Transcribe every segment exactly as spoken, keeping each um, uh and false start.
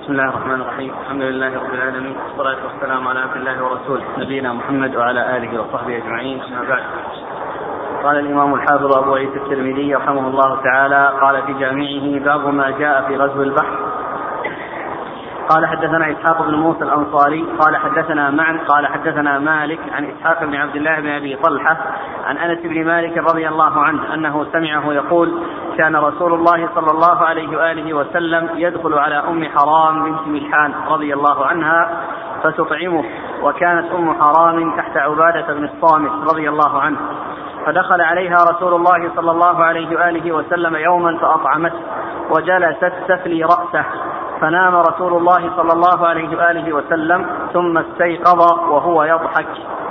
بسم الله الرحمن الرحيم. الحمد لله رب العالمين، والصلاة والسلام على عبد الله ورسوله نبينا محمد وعلى آله وصحبه أجمعين، أما بعد. قال الإمام الحافظ أبو عيسى الترمذي رحمه الله تعالى قال في جامعه: باب ما جاء في غزو البحر. قال حدثنا إسحاق بن موسى الأنصاري قال حدثنا معن قال حدثنا مالك عن إسحاق بن عبد الله بن أبي طلحة عن أنس بن مالك رضي الله عنه أنه سمعه يقول: كان رسول الله صلى الله عليه وآله وسلم يدخل على أم حرام بنت ملحان رضي الله عنها فتطعمه، وكانت أم حرام تحت عبادة بن الصامت رضي الله عنه، فدخل عليها رسول الله صلى الله عليه وآله وسلم يوما فأطعمته، وجلست تفلي رأسه، فنام رسول الله صلى الله عليه وآله وسلم ثم استيقظ وهو يضحك.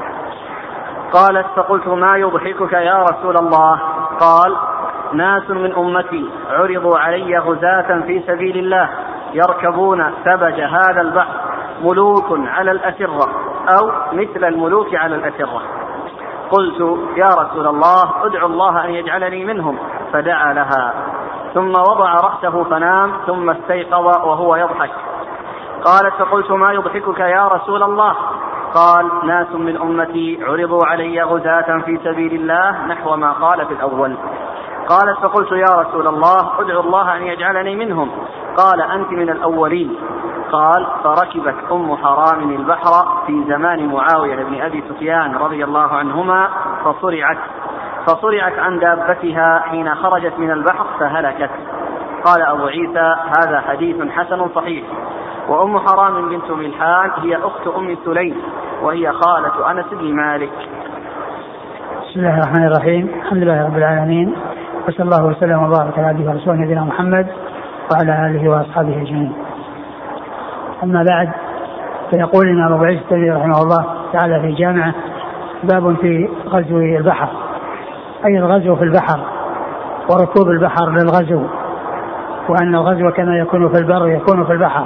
قالت: فقلت: ما يضحكك يا رسول الله؟ قال: ناس من أمتي عرضوا علي غزاة في سبيل الله يركبون ثبج هذا البحر، ملوك على الأسرة أو مثل الملوك على الأسرة. قلت: يا رسول الله ادعو الله أن يجعلني منهم، فدعا لها، ثم وضع رأسه فنام ثم استيقظ وهو يضحك. قالت: فقلت: ما يضحكك يا رسول الله؟ قال: ناس من أمتي عرضوا علي غزاة في سبيل الله نحو ما قال في الأول. قالت: فقلت: يا رسول الله ادعو الله أن يجعلني منهم. قال: أنت من الأولين. قال: فركبت أم حرام البحر في زمان معاوية بن أبي سفيان رضي الله عنهما فصرعت فصرعت عن دابتها حين خرجت من البحر فهلكت. قال أبو عيسى: هذا حديث حسن صحيح. وأم حرام بنت ملحان هي أخت أم سليم، وهي خالة أنس بن مالك. بسم الله الرحمن الرحيم. الحمد لله رب العالمين، وصلى الله وسلم وبارك على عبده ورسوله نبينا محمد وعلى آله وأصحابه أجمعين. أما بعد، فيقول الإمام أبو عيسى الترمذي رحمه الله تعالى في جامعه: باب في غزو البحر، أي الغزو في البحر وركوب البحر للغزو، وأن الغزو كما يكون في البر يكون في البحر،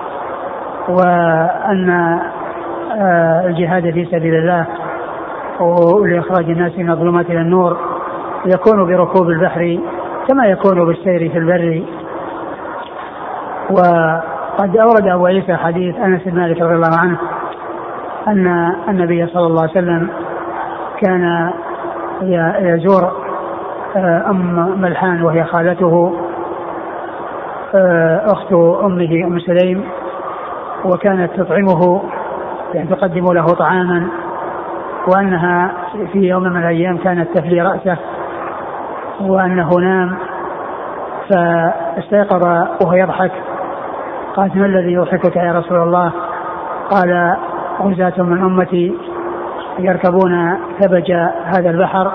وأن الجهاد في سبيل الله ولإخراج الناس من الظلمات إلى النور يكون بركوب البحر كما يكون بالسير في البر. وقد أورد أبو عيسى حديث أنس بن مالك رضي الله عنه أن النبي صلى الله عليه وسلم كان يزور أم ملحان وهي خالته أخت أمه أم سليم، وكانت تطعمه، يعني تقدم له طعاما، وأنها في يوم من الأيام كانت تفلي رأسه، وأنه نام فاستيقظ وهو يضحك. قالت: ما الذي يضحكك يا رسول الله؟ قال: غزاة من أمتي يركبون ثبج هذا البحر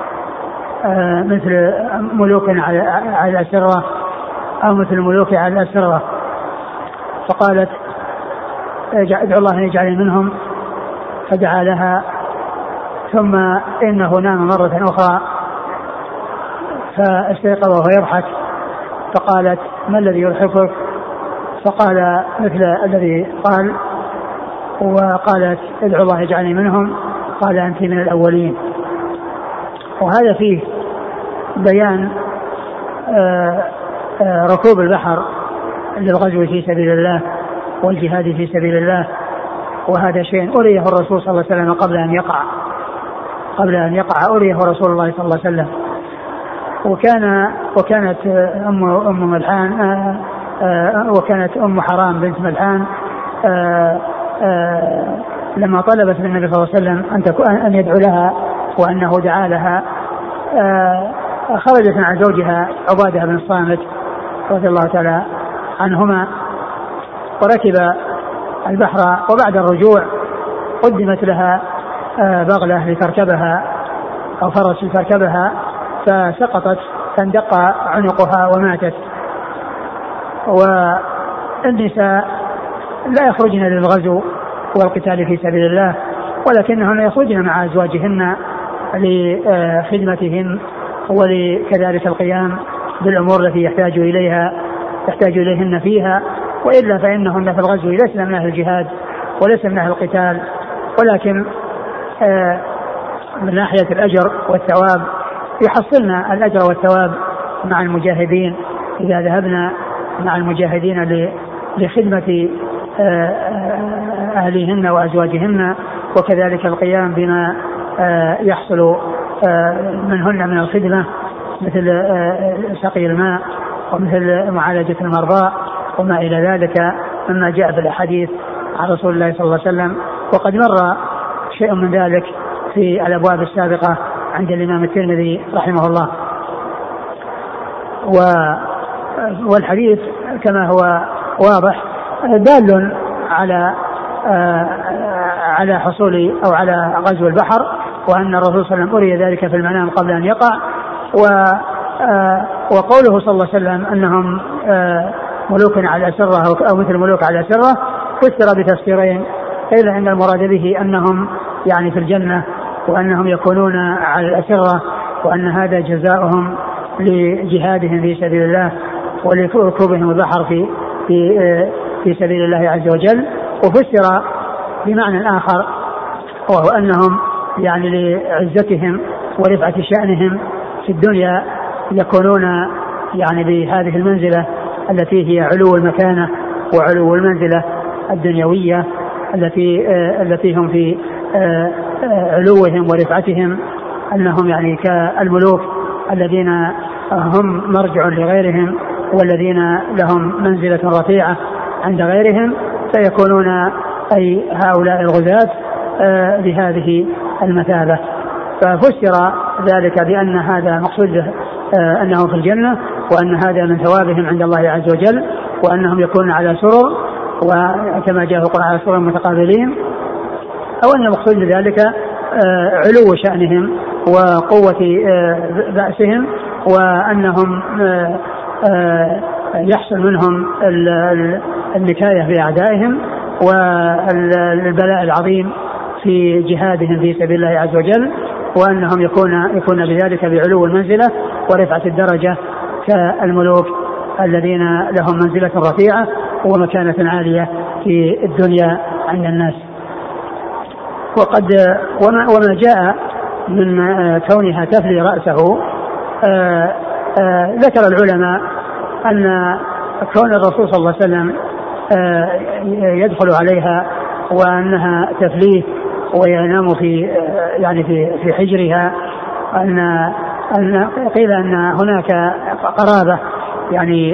مثل ملوك على الأسرة أو مثل ملوك على الأسرة. فقالت: ادعو الله أن يجعلني منهم، فدعا لها، ثم إنه نام مرة أخرى فاستيقظ وهو يضحك. فقالت: ما الذي يضحكك؟ فقال مثل الذي قال، وقالت: ادعو الله يجعلني منهم. قال: أنت من الأولين. وهذا فيه بيان آآ آآ ركوب البحر للغزو في سبيل الله والجهاد في سبيل الله، وهذا شيء أريه الرسول صلى الله عليه وسلم قبل أن يقع قبل أن يقع أريه رسول الله صلى الله عليه وسلم. وكان وكانت أم أم ملحان آآ آآ وكانت أم حرام بنت ملحان آآ آآ لما طلبت من النبي صلى الله عليه وسلم أن تكون أن يدعو لها وأنه دعا لها، خرجت مع زوجها عبادة بن الصامت رضي الله تعالى عنهما، وركب البحر، وبعد الرجوع قدمت لها بغلة لتركبها أو فرس لتركبها، فسقطت فاندق عنقها وماتت. والنساء لا يخرجن للغزو والقتال في سبيل الله، ولكنهن يخرجن مع أزواجهن لخدمتهن ولكذلك القيام بالأمور التي يحتاج إليها يحتاج إليهن فيها، وإلا فإنهن في الغزو ليسن من أهل الجهاد وليس من أهل القتال، ولكن من ناحية الأجر والثواب يحصلنا الأجر والثواب مع المجاهدين إذا ذهبنا مع المجاهدين لخدمة أهليهن وأزواجهن، وكذلك القيام بما يحصل منهن من الخدمة مثل سقي الماء ومثل معالجة المرضى وما إلى ذلك مما جاء في الأحاديث عن رسول الله صلى الله عليه وسلم. وقد مر شيء من ذلك في الأبواب السابقة عند الإمام الترمذي رحمه الله. والحديث كما هو واضح دال على على حصول أو على غزو البحر، وأن الرسول صلى الله عليه وسلم أري ذلك في المنام قبل أن يقع. وقوله صلى الله عليه وسلم أنهم ملوك على سرة أو مثل ملوك على سرة فسر بتفسيرين، قيل أن المراد به أنهم يعني في الجنة وأنهم يكونون على الأسرة، وأن هذا جزاؤهم لجهادهم في سبيل الله ولركوبهم البحر في في في سبيل الله عز وجل. وفسر بمعنى آخر وهو أنهم يعني لعزتهم ورفعة شأنهم في الدنيا يكونون يعني بهذه المنزلة التي هي علو المكانة وعلو المنزلة الدنيوية التي التي هم في علوهم ورفعتهم، أنهم يعني كالملوك الذين هم مرجع لغيرهم والذين لهم منزلة رفيعة عند غيرهم، فيكونون أي هؤلاء الغزاة بهذه المثابة. ففسر ذلك بأن هذا مقصود أنهم في الجنة، وأن هذا من ثوابهم عند الله عز وجل، وأنهم يكونون على سرر وكما جاء في القرآن على سرر متقابلين، أو أن المقصود بذلك علو شأنهم وقوة بأسهم، وأنهم يحصل منهم النكاية بأعدائهم والبلاء العظيم في جهادهم في سبيل الله عز وجل، وأنهم يكون يكون بذلك بعلو المنزلة ورفعة الدرجة كالملوك الذين لهم منزلة رفيعة ومكانة عالية في الدنيا عند الناس. وقد وما, وما جاء من كونها تفلي رأسه آآ آآ ذكر العلماء أن كون الرسول صلى الله عليه وسلم يدخل عليها وأنها تفليه وينام في يعني في في حجرها، أن أن قيل أن هناك قرابة يعني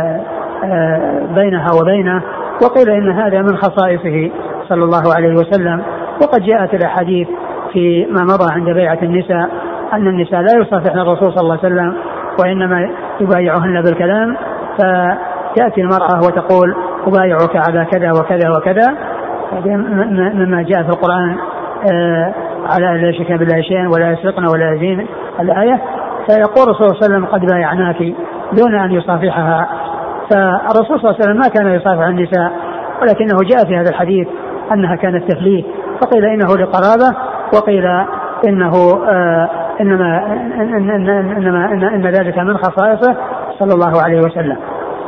بينها وبينه، وقيل إن هذا من خصائصه صلى الله عليه وسلم. وقد جاءت الأحاديث في ما مضى عند بيعة النساء أن النساء لا يصافحن الرسول صلى الله عليه وسلم وإنما يبايعهن بالكلام، فتأتي المرأة وتقول أبايعك على كذا وكذا وكذا مما جاء في القرآن على لا يشركن بالله شيئا ولا يسرقن ولا يزين الآية، فيقول الرسول صلى الله عليه وسلم قد بايعناك دون أن يصافحها. فالرسول صلى الله عليه وسلم ما كان يصافح النساء، ولكنه جاء في هذا الحديث أنها كانت تفليه، فقيل إنه لقرابة، وقيل إنه آه إنما إن إن إنما إن, إن ذلك من خصائصه صلى الله عليه وسلم.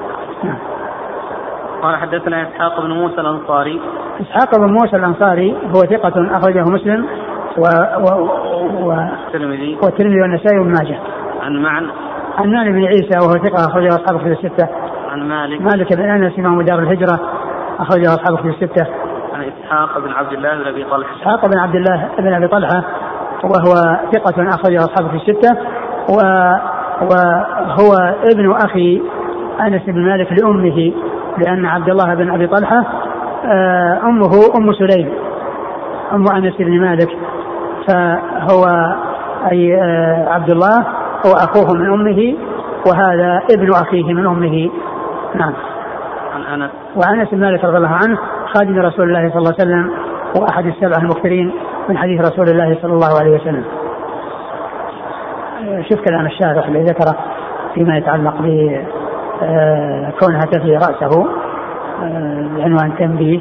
قال حدثنا إسحاق بن موسى الأنصاري. إسحاق بن موسى الأنصاري هو ثقة أخرجه مسلم و و والترمذي والترمذي والنسائي وابن ماجه. عن معن عن معن بن عيسى وهو ثقة أخرجه أصحاب الكتب الستة. عن مالك مالك بن أنس إمام دار الهجرة أخرجه أصحاب الكتب الستة. عن إسحاق بن عبد الله بن أبي طلحة. إسحاق بن عبد الله بن أبي طلحة وهو ثقة أخرجه أصحاب الكتب الستة، وهو ابن أخي أنس بن مالك لأمه، لأن عبد الله بن أبي طلحة أمه أم سليم أم أنس بن مالك، فهو أي عبد الله هو أخوه من أمه، وهذا ابن أخيه من أمه. نعم. عن أنس وأنس بن مالك رضي الله عنه خادم رسول الله صلى الله عليه وسلم وأحد السبعة المكثرين من حديث رسول الله صلى الله عليه وسلم. شوف كلام الشارح اللي ذكره فيما يتعلق بكونها تفلي رأسه بعنوان تنبيه.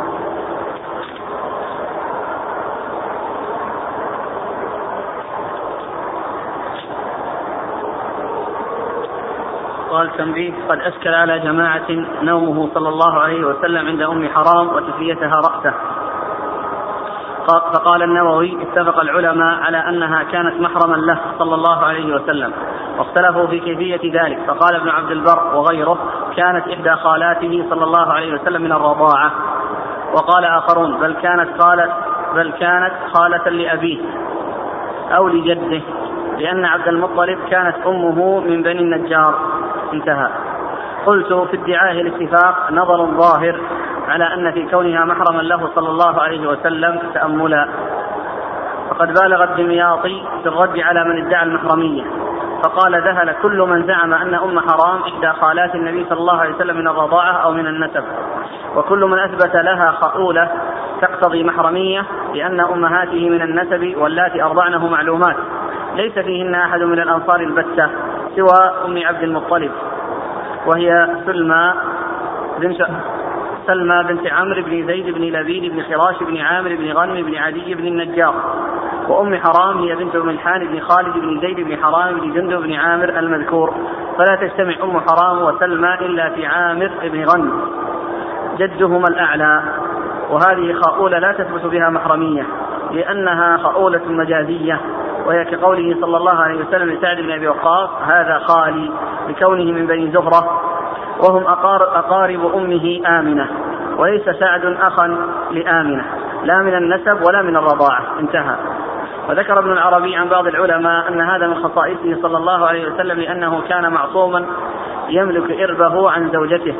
قال تنبيه: قد أشكل على جماعة نومه صلى الله عليه وسلم عند أم حرام وتفليتها رأسه. فقال النووي اتفق العلماء على أنها كانت محرما له صلى الله عليه وسلم، واختلفوا في كيفية ذلك، فقال ابن عبد البر وغيره كانت إحدى خالاته صلى الله عليه وسلم من الرضاعة، وقال آخرون بل كانت خالة بل كانت خالة لأبيه أو لجده، لأن عبد المطلب كانت أمه من بني النجار. انتهى. قلت في ادعائه الاتفاق نظر ظاهر على أن في كونها محرما له صلى الله عليه وسلم تأملا، فقد بالغ الدمياطي في الرد على من ادعى المحرمية، فقال ذهل كل من زعم أن أم حرام إحدى خالات النبي صلى الله عليه وسلم من الرضاعة أو من النسب، وكل من أثبت لها خؤولة تقتضي محرمية لأن أمهاته من النسب واللاتي أرضعنه معلومات ليس فيهن أحد من الأنصار البتة سوى أم عبد المطلب، وهي سلمى بنت سلمى بنت عمرو بن زيد بن لبيد بن خراش بن عامر بن غنم بن عدي بن النجار، وأم حرام هي بنت ملحان بن خالد بن زيد بن حرام بن جندب بن عامر المذكور، فلا تجتمع أم حرام وسلمى إلا في عامر بن غنم جدهما الأعلى، وهذه خؤولة لا تثبت بها محرمية لأنها خؤولة مجازية، وهي كقوله صلى الله عليه وسلم لسعد بن أبي وقاص هذا خالي لكونه من بني زهرة، وهم أقارب أمه آمنة، وليس سعد أخا لآمنة لا من النسب ولا من الرضاعة. انتهى. وذكر ابن العربي عن بعض العلماء أن هذا من خصائصه صلى الله عليه وسلم لأنه كان معصوما يملك إربه عن زوجته،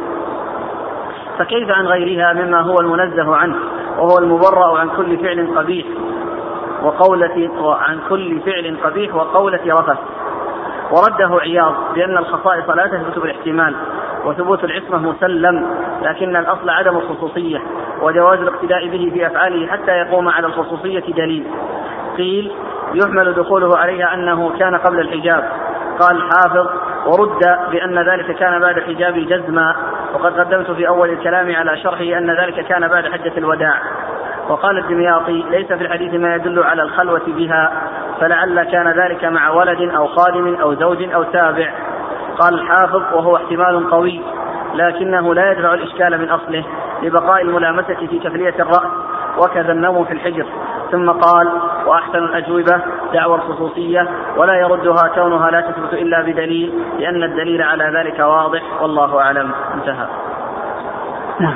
فكيف عن غيرها مما هو المنزه عنه وهو المبرأ عن كل فعل قبيح وقولة عن كل فعل قبيح وقولة رفث. ورده عياض بأن الخصائص لا تثبت بالاحتمال، وثبوت العصمة مسلم، لكن الأصل عدم الخصوصية وجواز الاقتداء به في أفعاله حتى يقوم على الخصوصية دليل. قيل يحمل دخوله عليها أنه كان قبل الحجاب، قال الحافظ ورد بأن ذلك كان بعد الحجاب جزما، وقد قدمت في أول الكلام على شرحه أن ذلك كان بعد حجة الوداع. وقال الدمياطي ليس في الحديث ما يدل على الخلوة بها، فلعل كان ذلك مع ولد أو خادم أو زوج أو تابع. قال الحافظ وهو احتمال قوي لكنه لا يدفع الإشكال من أصله لبقاء الملامسة في كفلية الرأس، وكذا النوم في الحجر. ثم قال وأحسن الأجوبة دعوى الخصوصية ولا يردها كونها لا تثبت إلا بدليل، لأن الدليل على ذلك واضح والله أعلم. انتهى. نعم.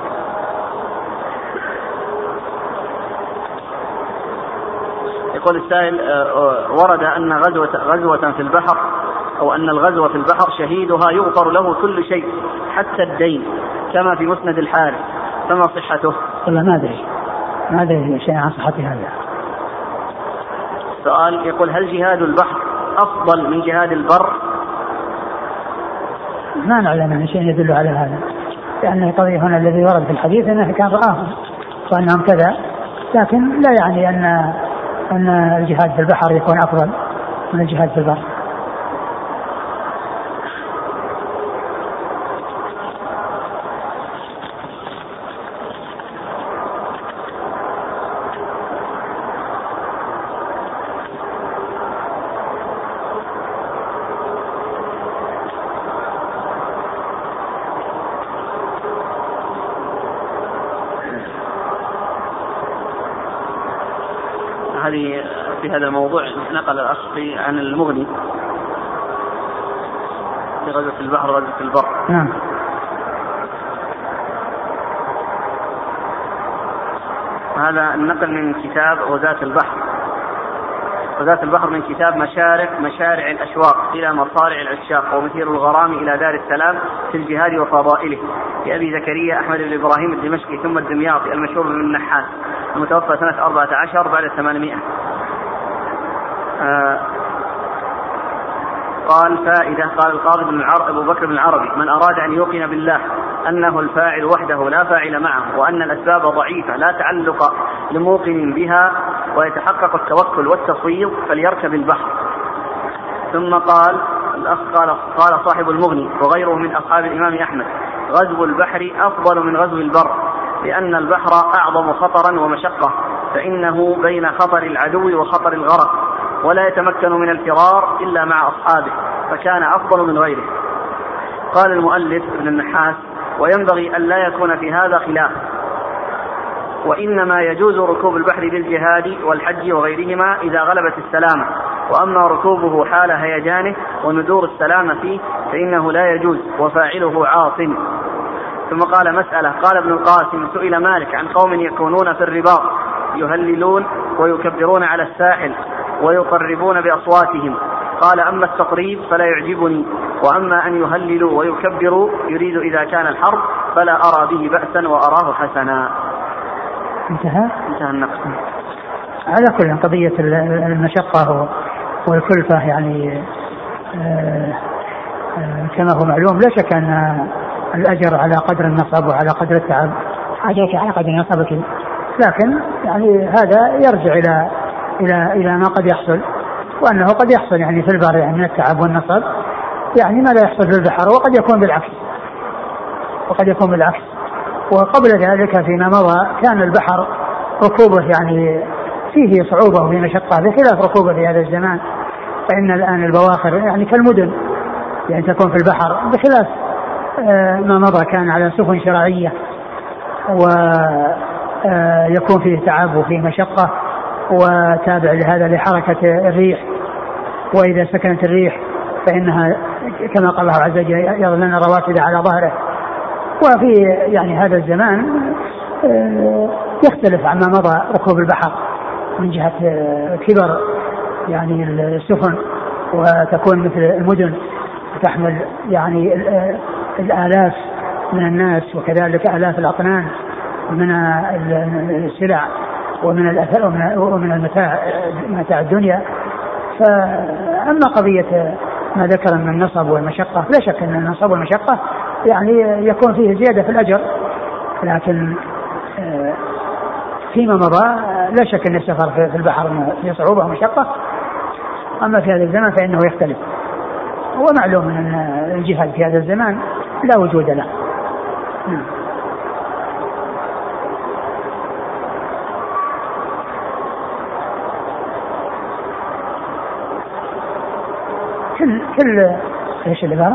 يقول السائل ورد أن غزوة, غزوة في البحر أو أن الغزوة في البحر شهيدها يغفر له كل شيء حتى الدين كما في مسند الحارث، فما صحته؟ والله ما أدري ما أدري شيء عن صحة هذا. سؤال يقول هل جهاد البحر أفضل من جهاد البر؟ ما نعلم أن شيء يدل على هذا، لأن القضية هنا الذي ورد في الحديث أنه كان رآهم وأنهم كذا، لكن لا يعني أن أن الجهاد في البحر يكون أفضل من الجهاد في البر. هذه في هذا الموضوع نقل الأخ عن المغني في غزوة البحر وغزوة البر. نعم. هذا النقل من كتاب غزاة البحر. غزاة البحر من كتاب مشارق مشارع الأشواق إلى مصارع العشاق ومثير الغرام إلى دار السلام في الجهاد وفضائله لأبي زكريا أحمد بن إبراهيم الدمشقي ثم الدمياطي المشهور من النحاس المتوفى سنة أربعة عشر بعد الثمانمائة. آه قال فائدة. قال القاضي بن العربي أبو بكر بن العربي من أراد أن يوقن بالله أنه الفاعل وحده لا فاعل معه وأن الأسباب ضعيفة لا تعلق لموقن بها ويتحقق التوكل والتصوير فليركب البحر. ثم قال الأخ قال, قال صاحب المغني وغيره من أصحاب الإمام أحمد غزو البحر أفضل من غزو البر لأن البحر أعظم خطرا ومشقة فإنه بين خطر العدو وخطر الغرق ولا يتمكن من الفرار إلا مع أصحابه فكان أفضل من غيره. قال المؤلف ابن النحاس وينبغي أن لا يكون في هذا خلاف وإنما يجوز ركوب البحر للجهاد والحج وغيرهما إذا غلبت السلامة، وأما ركوبه حال هيجانه وندور السلامة فيه فإنه لا يجوز وفاعله عاصم. ثم قال مسألة. قال ابن القاسم سئل مالك عن قوم يكونون في الرباط يهللون ويكبرون على الساحل ويقربون بأصواتهم، قال أما التقريب فلا يعجبني، وأما أن يهللوا ويكبروا يريد إذا كان الحرب فلا أرى به بأسا وأراه حسنا. انتهى انتهى النقص. على كل قضية المشقة والكلفة يعني آه آه كما هو معلوم لا شك أن الأجر على قدر النصب وعلى قدر التعب، أجرك على قدر نصبك، لكن يعني هذا يرجع إلى إلى إلى ما قد يحصل، وأنه قد يحصل يعني في البر يعني من التعب والنصب يعني ما لا يحصل في البحر، وقد يكون بالعكس وقد يكون بالعكس. وقبل ذلك فيما مضى كان البحر ركوبه يعني فيه صعوبة وفيه مشقة بخلاف ركوبه في هذا الزمان، فإن الآن البواخر يعني كالمدن يعني تكون في البحر، بخلاف ما مضى كان على سفن شراعية ويكون فيه تعب وفيه مشقة وتابع لهذا لحركة الريح، وإذا سكنت الريح فإنها كما قال الله عز وجل يظلن رواسد على ظهره. وفي يعني هذا الزمان يختلف عما مضى ركوب البحر من جهة كبر يعني السفن، وتكون مثل المدن تحمل يعني الآلاف من الناس وكذلك آلاف الأطنان من السلع ومن الأثر ومن المتاع متاع الدنيا. فأما قضية ما ذكر من النصب والمشقة لا شك أن النصب والمشقة يعني يكون فيه زيادة في الأجر، لكن فيما مضى لا شك أن السفر في البحر فيه صعوبة ومشقة، أما في هذا الزمان فإنه يختلف. ومعلوم أن الجهاد في هذا الزمان لا وجود له. كل كل ايش العبارة؟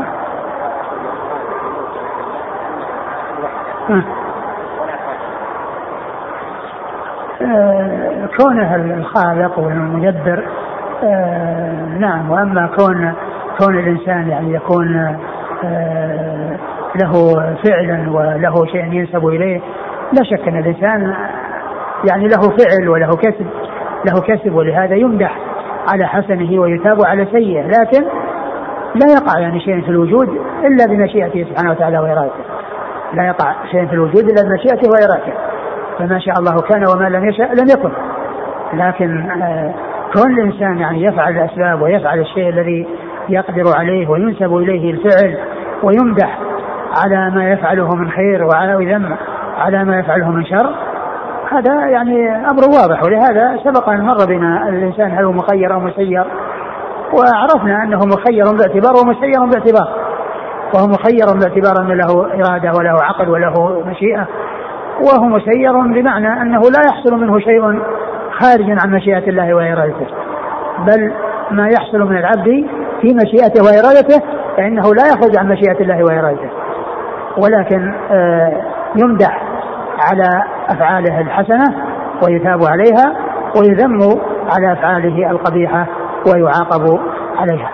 آه كونه الخالق والمدبر آه نعم، وأما كون كون الإنسان يعني يكون آه له فعلا وله شيء ينسب إليه، لا شك أن الإنسان يعني له فعل وله كسب له كسب ولهذا يمدح على حسنه ويتاب على سيئه، لكن لا يقع يعني شيء في الوجود إلا بمشيئته سبحانه وتعالى وإرادته، لا يقع شيء في الوجود إلا بمشيئته وإرادته، فما شاء الله كان وما لم يشاء لم يكن. لكن آه كون الإنسان يعني يفعل الأسباب ويفعل الشيء الذي يقدر عليه وينسب إليه الفعل ويمدح على ما يفعله من خير ويذم على ما يفعله من شر، هذا يعني أمر واضح. ولهذا سبق أن مر بنا الإنسان هل هو مخير أو مسير، وعرفنا أنه مخير باعتبار ومسير باعتبار. وهو مخير باعتبار أن له إرادة وله عقل وله مشيئة، وهو مسير بمعنى أنه لا يحصل منه شيء خارج عن مشيئة الله وإرادته، بل ما يحصل من العبد في مشيئته وإرادته فإنه لا يخرج عن مشيئة الله وإرادته، ولكن يمدح على أفعاله الحسنة ويثاب عليها، ويذم على أفعاله القبيحة ويعاقب عليها.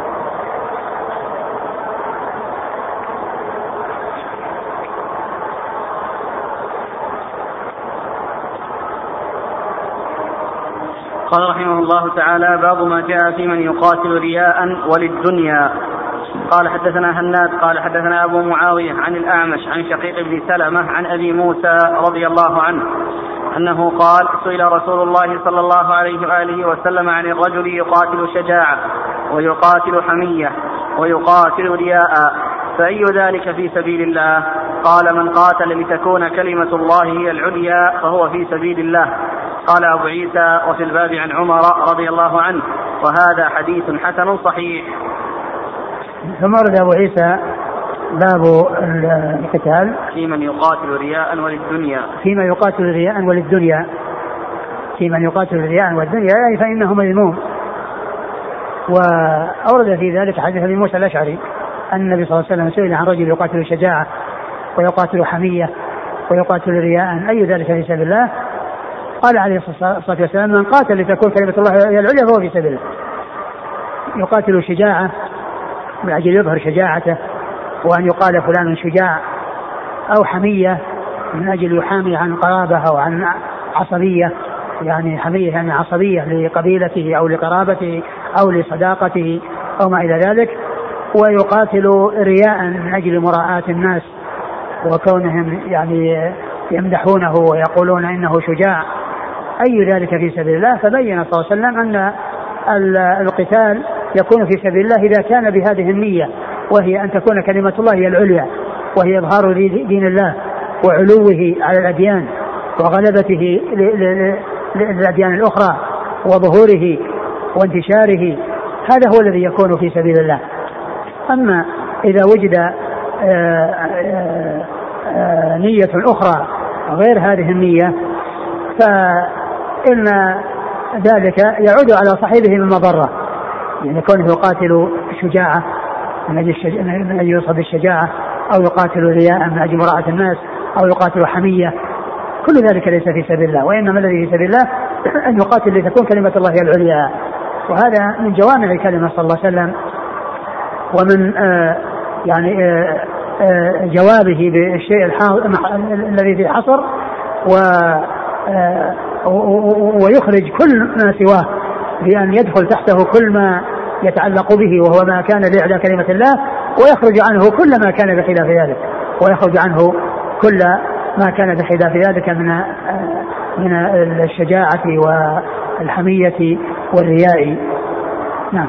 قال رحمه الله تعالى: باب ما جاء في من يقاتل رياء وللدنيا. قال حدثنا هناد قال حدثنا أبو معاوية عن الأعمش عن شقيق بن سلمة عن أبي موسى رضي الله عنه أنه قال: سئل رسول الله صلى الله عليه وآله وسلم عن الرجل يقاتل شجاعة ويقاتل حمية ويقاتل رياء فأي ذلك في سبيل الله؟ قال: من قاتل لتكون كلمة الله هي العليا فهو في سبيل الله. قال أبو عيسى: وفي الباب عن عمر رضي الله عنه، وهذا حديث حسن صحيح. ثم ورد أبو عيسى باب القتال في من يقاتل رياء وللدنيا فيما يقاتل رياء وللدنيا في من يقاتل رياء والدنيا يعني فإنه مذموم. وأورد في ذلك حديث أبي موسى الأشعري أن النبي صلى الله عليه وسلم سئل عن رجل يقاتل شجاعة ويقاتل حمية ويقاتل رياء أي ذلك في سبيل الله؟ قال عليه الصلاة والسلام من قاتل لتكون كلمة الله هي العليا فهو في سبيل الله. يقاتل شجاعة من أجل يظهر شجاعته وأن يقال فلان شجاع، أو حمية من أجل يحامي عن قرابة أو عن عصبية، يعني حمية يعني عصبية لقبيلته أو لقرابته أو لصداقته أو ما إلى ذلك. ويقاتل رياء من أجل مراءة الناس وكونهم يعني يمدحونه ويقولون إنه شجاع أي ذلك في سبيل الله. فبين صلى الله عليه وسلم أن القتال يكون في سبيل الله إذا كان بهذه النية، وهي أن تكون كلمة الله هي العليا، وهي إظهار دين الله وعلوه على الأديان وغلبته للأديان الأخرى وظهوره وانتشاره. هذا هو الذي يكون في سبيل الله. أما إذا وجد آآ آآ نية أخرى غير هذه النية فإن ذلك يعود على صاحبه من مضرة، يعني كونه يقاتل شجاعة من أجل يصب الشجاعة، أو يقاتل رياء من أجل مراءة الناس، أو يقاتل حمية، كل ذلك ليس في سبيل الله. وإنما الذي في سبيل الله أن يقاتل لتكون كلمة الله هي العليا. وهذا من جوامع كلمة صلى الله عليه وسلم، ومن آه يعني آه آه جوابه بالشيء الذي في حصر و آه ويخرج كل ما سواه بأن يدخل تحته كل ما يتعلق به وهو ما كان لإعلاء كلمة الله، ويخرج عنه كل ما كان بخلاف ذلك، ويخرج عنه كل ما كان بخلاف ذلك من من الشجاعة والحمية والرياء. نعم.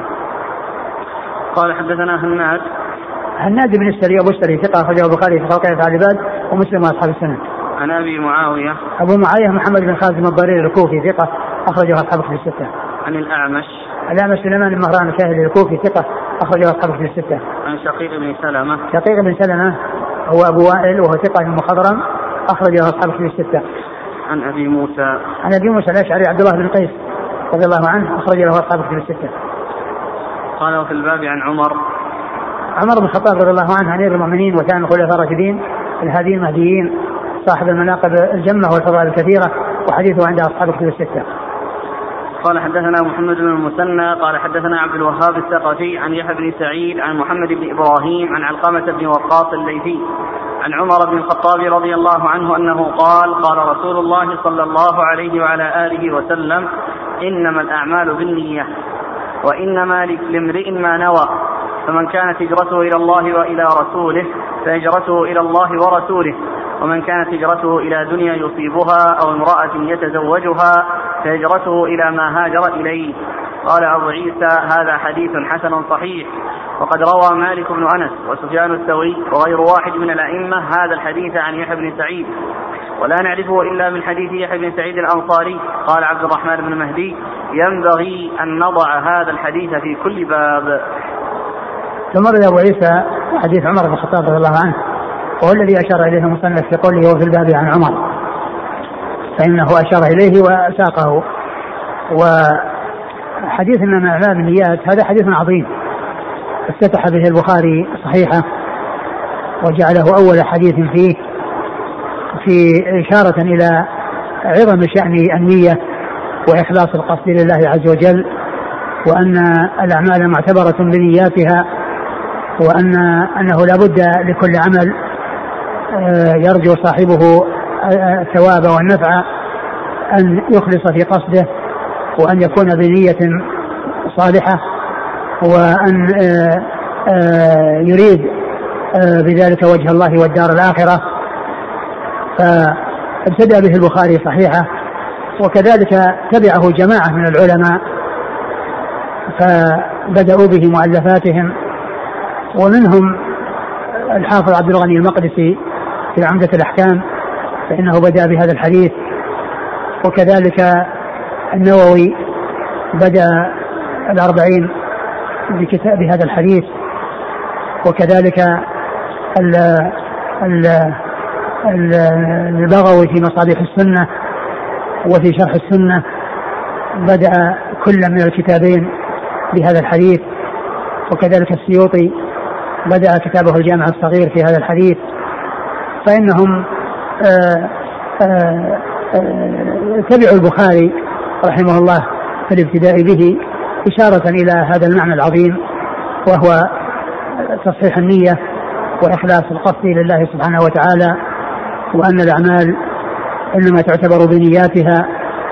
قال حدثنا هناد هناد بن السري أبو السري ثقة أخرجه البخاري في خلق أفعال العباد ومسلم وأصحاب السنن. عن أبي معاوية أبو معاوية محمد بن خالد الضرير الكوفي ثقة أخرجه أصحاب الكتب الستة. عن الأعمش الأعمش سليمان بن مهران الكاهلي الكوفي ثقة أخرجه أصحاب الكتب الستة. عن شقيق بن سلمة شقيق بن سلمة هو أبو وائل وهو ثقة مخضرم أخرجه أصحاب الكتب الستة. عن أبي موسى عن أبي موسى الأشعري عبد الله بن قيس رضي الله عنه أخرج له أصحاب الكتب الستة. قال وفي الباب عن عمر عمر بن الخطاب رضي الله عنه أمير المؤمنين وكان الخلفاء الراشدين الهاديين المهديين صاحب المناقب الجمة والفضائل الكثيرة، وحديثه عند أصحاب الكتب الستة. قال حدثنا محمد بن المثنى قال حدثنا عبد الوهاب الثقفي عن يحيى بن سعيد عن محمد بن إبراهيم عن علقمة بن وقاص الليثي عن عمر بن الخطاب رضي الله عنه أنه قال قال رسول الله صلى الله عليه وعلى آله وسلم إنما الأعمال بالنية وإنما لامرئ ما نوى، فمن كانت هجرته إلى الله وإلى رسوله فهجرته إلى الله ورسوله، ومن كانت هجرته إلى دنيا يصيبها أو امرأة يتزوجها فهجرته إلى ما هاجر إليه. قال أبو عيسى هذا حديث حسن صحيح. وقد روى مالك بن أنس وسفيان الثوري وغير واحد من الأئمة هذا الحديث عن يحيى بن سعيد، ولا نعرفه إلا من حديث يحيى بن سعيد الأنصاري. قال عبد الرحمن بن مهدي ينبغي أن نضع هذا الحديث في كل باب. ثم رد أبو عيسى حديث عمر بن الخطاب رضي الله عنه، وهو الذي أشار إليه المصنف في قوله وفي الباب عن عمر، فإنه أشار إليه وساقه. وحديث إنما الأعمال بالنيات هذا حديث عظيم افتتح به البخاري صحيحة وجعله أول حديث فيه في إشارة إلى عظم شأن النية وإخلاص القصد لله عز وجل، وأن الأعمال معتبرة بنياتها، وأن أنه لا بد لكل عمل يرجو صاحبه الثواب والنفع أن يخلص في قصده، وأن يكون بنية صالحة، وأن يريد بذلك وجه الله والدار الآخرة. فابتدأ به البخاري صحيحة، وكذلك تبعه جماعة من العلماء فبدأوا به مؤلفاتهم، ومنهم الحافظ عبد الغني المقدسي في عمدة الأحكام فإنه بدأ بهذا الحديث، وكذلك النووي بدأ الأربعين بكتاب هذا الحديث، وكذلك ال ال البغوي في مصابيح السنة وفي شرح السنة بدأ كل من الكتابين بهذا الحديث، وكذلك السيوطي بدأ كتابه الجامع الصغير في هذا الحديث. فإنهم تبع البخاري رحمه الله في الابتداء به إشارة إلى هذا المعنى العظيم، وهو تصحيح النية وإخلاص القصد لله سبحانه وتعالى، وأن الأعمال إنما تعتبر بنياتها،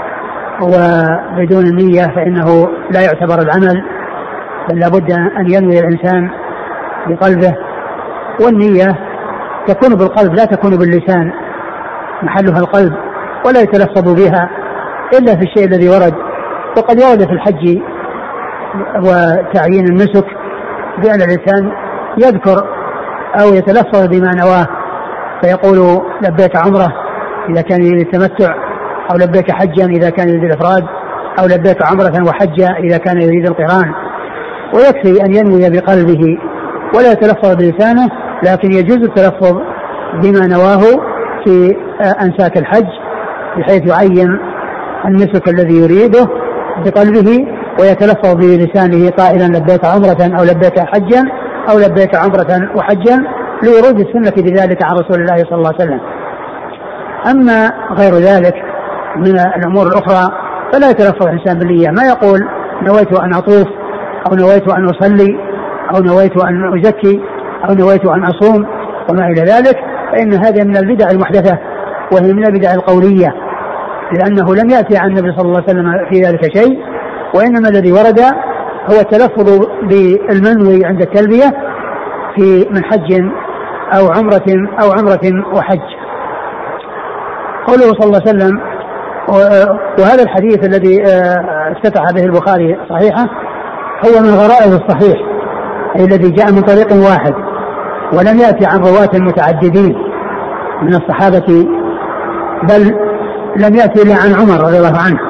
وبدون النية فإنه لا يعتبر العمل، بل لابد أن ينوي الإنسان بقلبه، والنية تكون بالقلب لا تكون باللسان، محلها القلب، ولا يتلفظ بها إلا في الشيء الذي ورد. وقد ورد في الحج وتعيين النسك بأن الإنسان يذكر أو يتلفظ بما نواه، فيقول لبيك عمره إذا كان يريد التمتع، أو لبيك حجا إذا كان يريد الإفراد، أو لبيك عمرة وحجا إذا كان يريد القران. ويكفي أن ينوي بقلبه ولا يتلفظ بلسانه، لكن يجوز التلفظ بما نواه في أنساك الحج، بحيث يعين النسك الذي يريده بقلبه ويتلفظ بلسانه قائلا لبيك عمرة أو لبيك حجا أو لبيك عمرة وحجا، لورود السنة بذلك عن رسول الله صلى الله عليه وسلم. أما غير ذلك من الأمور الأخرى فلا يتلفظ الإنسان بالنية، ما يقول نويت أن أطوف، أو نويت أن أصلي، أو نويت أن أزكي، أو نويت أن أصوم وما إلى ذلك، فإن هذا من البدع المحدثة، وهي من البدع القولية، لأنه لم يأتي عن النبي صلى الله عليه وسلم في ذلك شيء، وإنما الذي ورد هو التلفظ بالمنوي عند التلبية في من حج أو عمرة أو عمرة وحج. قوله صلى الله عليه وسلم، وهذا الحديث الذي افتتح به البخاري صحيحة هو من غرائب الصحيح، أي الذي جاء من طريق واحد ولم يأتي عن رواة متعددين من الصحابة، بل لم يأتي إلا عن عمر رضي الله عنه،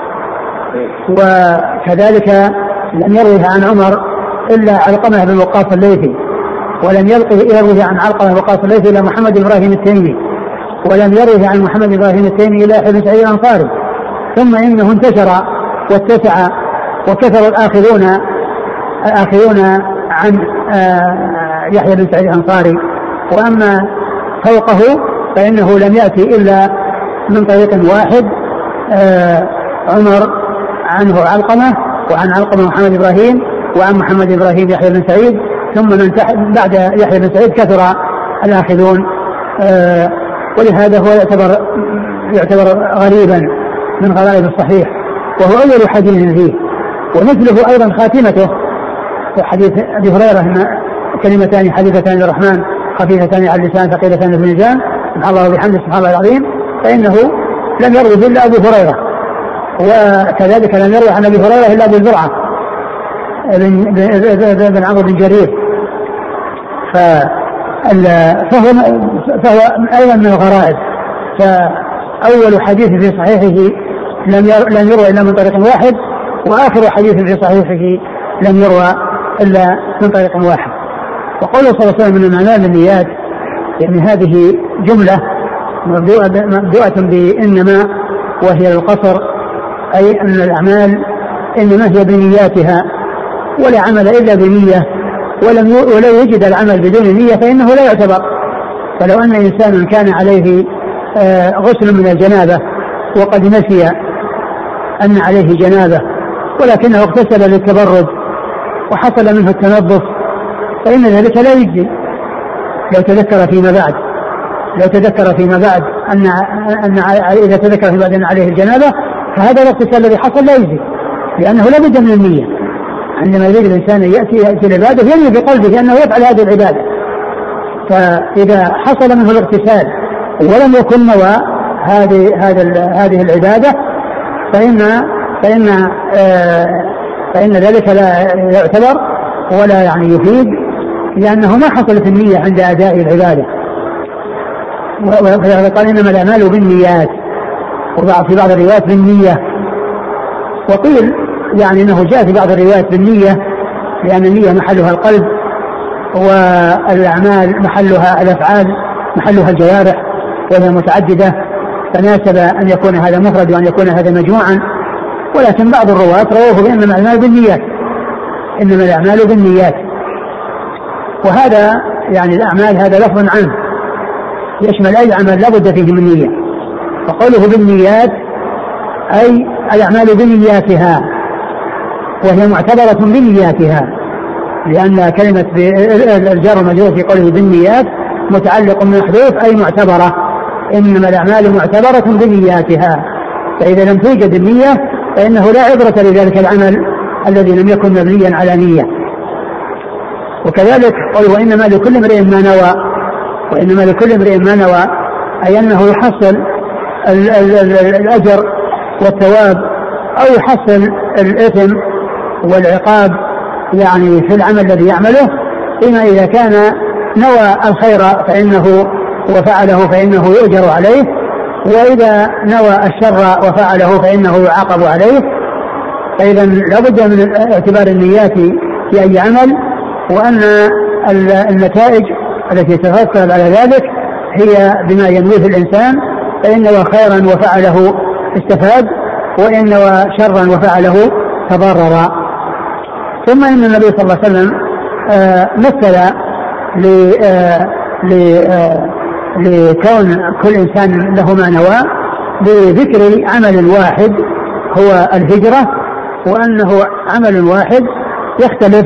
وكذلك لم يروه عن عمر إلا علقمة بن وقاص الليثي، ولم يروه عن علقمة بن وقاص الليثي إلا محمد بن إبراهيم التيمي، ولم يروه عن محمد بن إبراهيم التيمي إلا يحيى بن سعيد الأنصاري. ثم إنه انتشر واتسع وكثر الآخذون الآخذون عن يحيى بن سعيد الأنصاري، وأما فوقه فإنه لم يأتي إلا من طريق واحد، عمر عنه علقمة، وعن علقمة محمد إبراهيم، وعن محمد إبراهيم يحيى بن سعيد، ثم من بعد يحيى بن سعيد كثر الآخذون، ولهذا هو يعتبر يعتبر غريبا من غرائب الصحيح، وهو أول حديث فيه. ومثله أيضا خاتمته في حديث أبي هريرة إن كلمتان حديثتان للرحمن خفيفتان على اللسان ثقيلتان في الميزان سبحان الله وبحمده سبحان الله العظيم، فإنه لم يروي إلا أبو هريرة، وكذلك لم يروي عن أبي هريرة إلا أبو زرعة بن عمرو بن جرير، فهو, فهو أيضا من الغرائب. فأول حديث في صحيحه لم يروى إلا من طريق واحد، وآخر حديث في صحيحه لم يروى إلا من طريق واحد. وقوله صلى الله عليه وسلم من الأعمال بالنيات، يعني هذه جملة مبدوءة بإنما، وهي القصر، أي أن الأعمال إنما هي بنياتها، ولا عمل إلا بنية، ولم ولو يجد العمل بدون نية فإنه لا يعتبر. فلو أن إنسانا كان عليه غسل من الجنابة وقد نسي أن عليه جنابة، ولكنه اغتسل للتبرد وحصل منه التنظف، فإن ذلك لا يجزي لو تذكر فيما بعد لو تذكر فيما بعد أن أن إذا تذكر فيما بعد أن عليه الجنابة، فهذا الاغتسال الذي حصل لا يجزي، لأنه لا بد من النية. عندما يريد الإنسان يأتي يأتي العبادة ينوي بقلبه أنه يفعل هذه العبادة، فإذا حصل منه الاغتسال ولم يكن نوى هذه هذه هذه العبادة فإن فإن آه فإن ذلك لا يعتبر ولا يعني يفيد، لأنه ما حصلت النية عند أداء العبادة. وقال إنما الأعمال بالنيات، وفي بعض الروايات بالنية، وقيل يعني أنه جاء في بعض الروايات بالنية لأن النية محلها القلب، والأعمال محلها الأفعال محلها الجوارح وهي متعددة، فناسب أن يكون هذا مفرد وأن يكون هذا مجموعا. ولكن بعض الرواة رواه بأنما الأعمال بالنيات، إنما الأعمال بالنيات، وهذا يعني الأعمال هذا لفظ عام، يشمل أي عمل لا بد فيه من نية. فقوله بالنيات أي الأعمال بنياتها، وهي معتبرة بنياتها، لأن كلمة الجار والمجرور في قوله بالنيات متعلق بمحذوف أي معتبرة، إنما الأعمال معتبرة بنياتها، فإذا لم توجد النية فإنه لا عبرة لذلك العمل الذي لم يكن مبنيا على نية. وكذلك قل وإنما لكل امرئ ما نوى، وإنما لكل امرئ ما نوى أي أنه يحصل ال ال ال الأجر والثواب أو يحصل الإثم والعقاب يعني في العمل الذي يعمله، إما إذا كان نوى الخير فإنه وفعله فإنه يؤجر عليه، وإذا نوى الشر وفعله فإنه يعاقب عليه. فإذا لابد من اعتبار النيات في أي عمل، وأن النتائج التي تترتب على ذلك هي بما ينويه الإنسان، فإن نوى خيرا وفعله استفاد، وإن نوى شرا وفعله تضرر. ثم إن النبي صلى الله عليه وسلم مثل لكون كل إنسان له ما نوى بذكر عمل واحد هو الهجرة، وأنه عمل واحد يختلف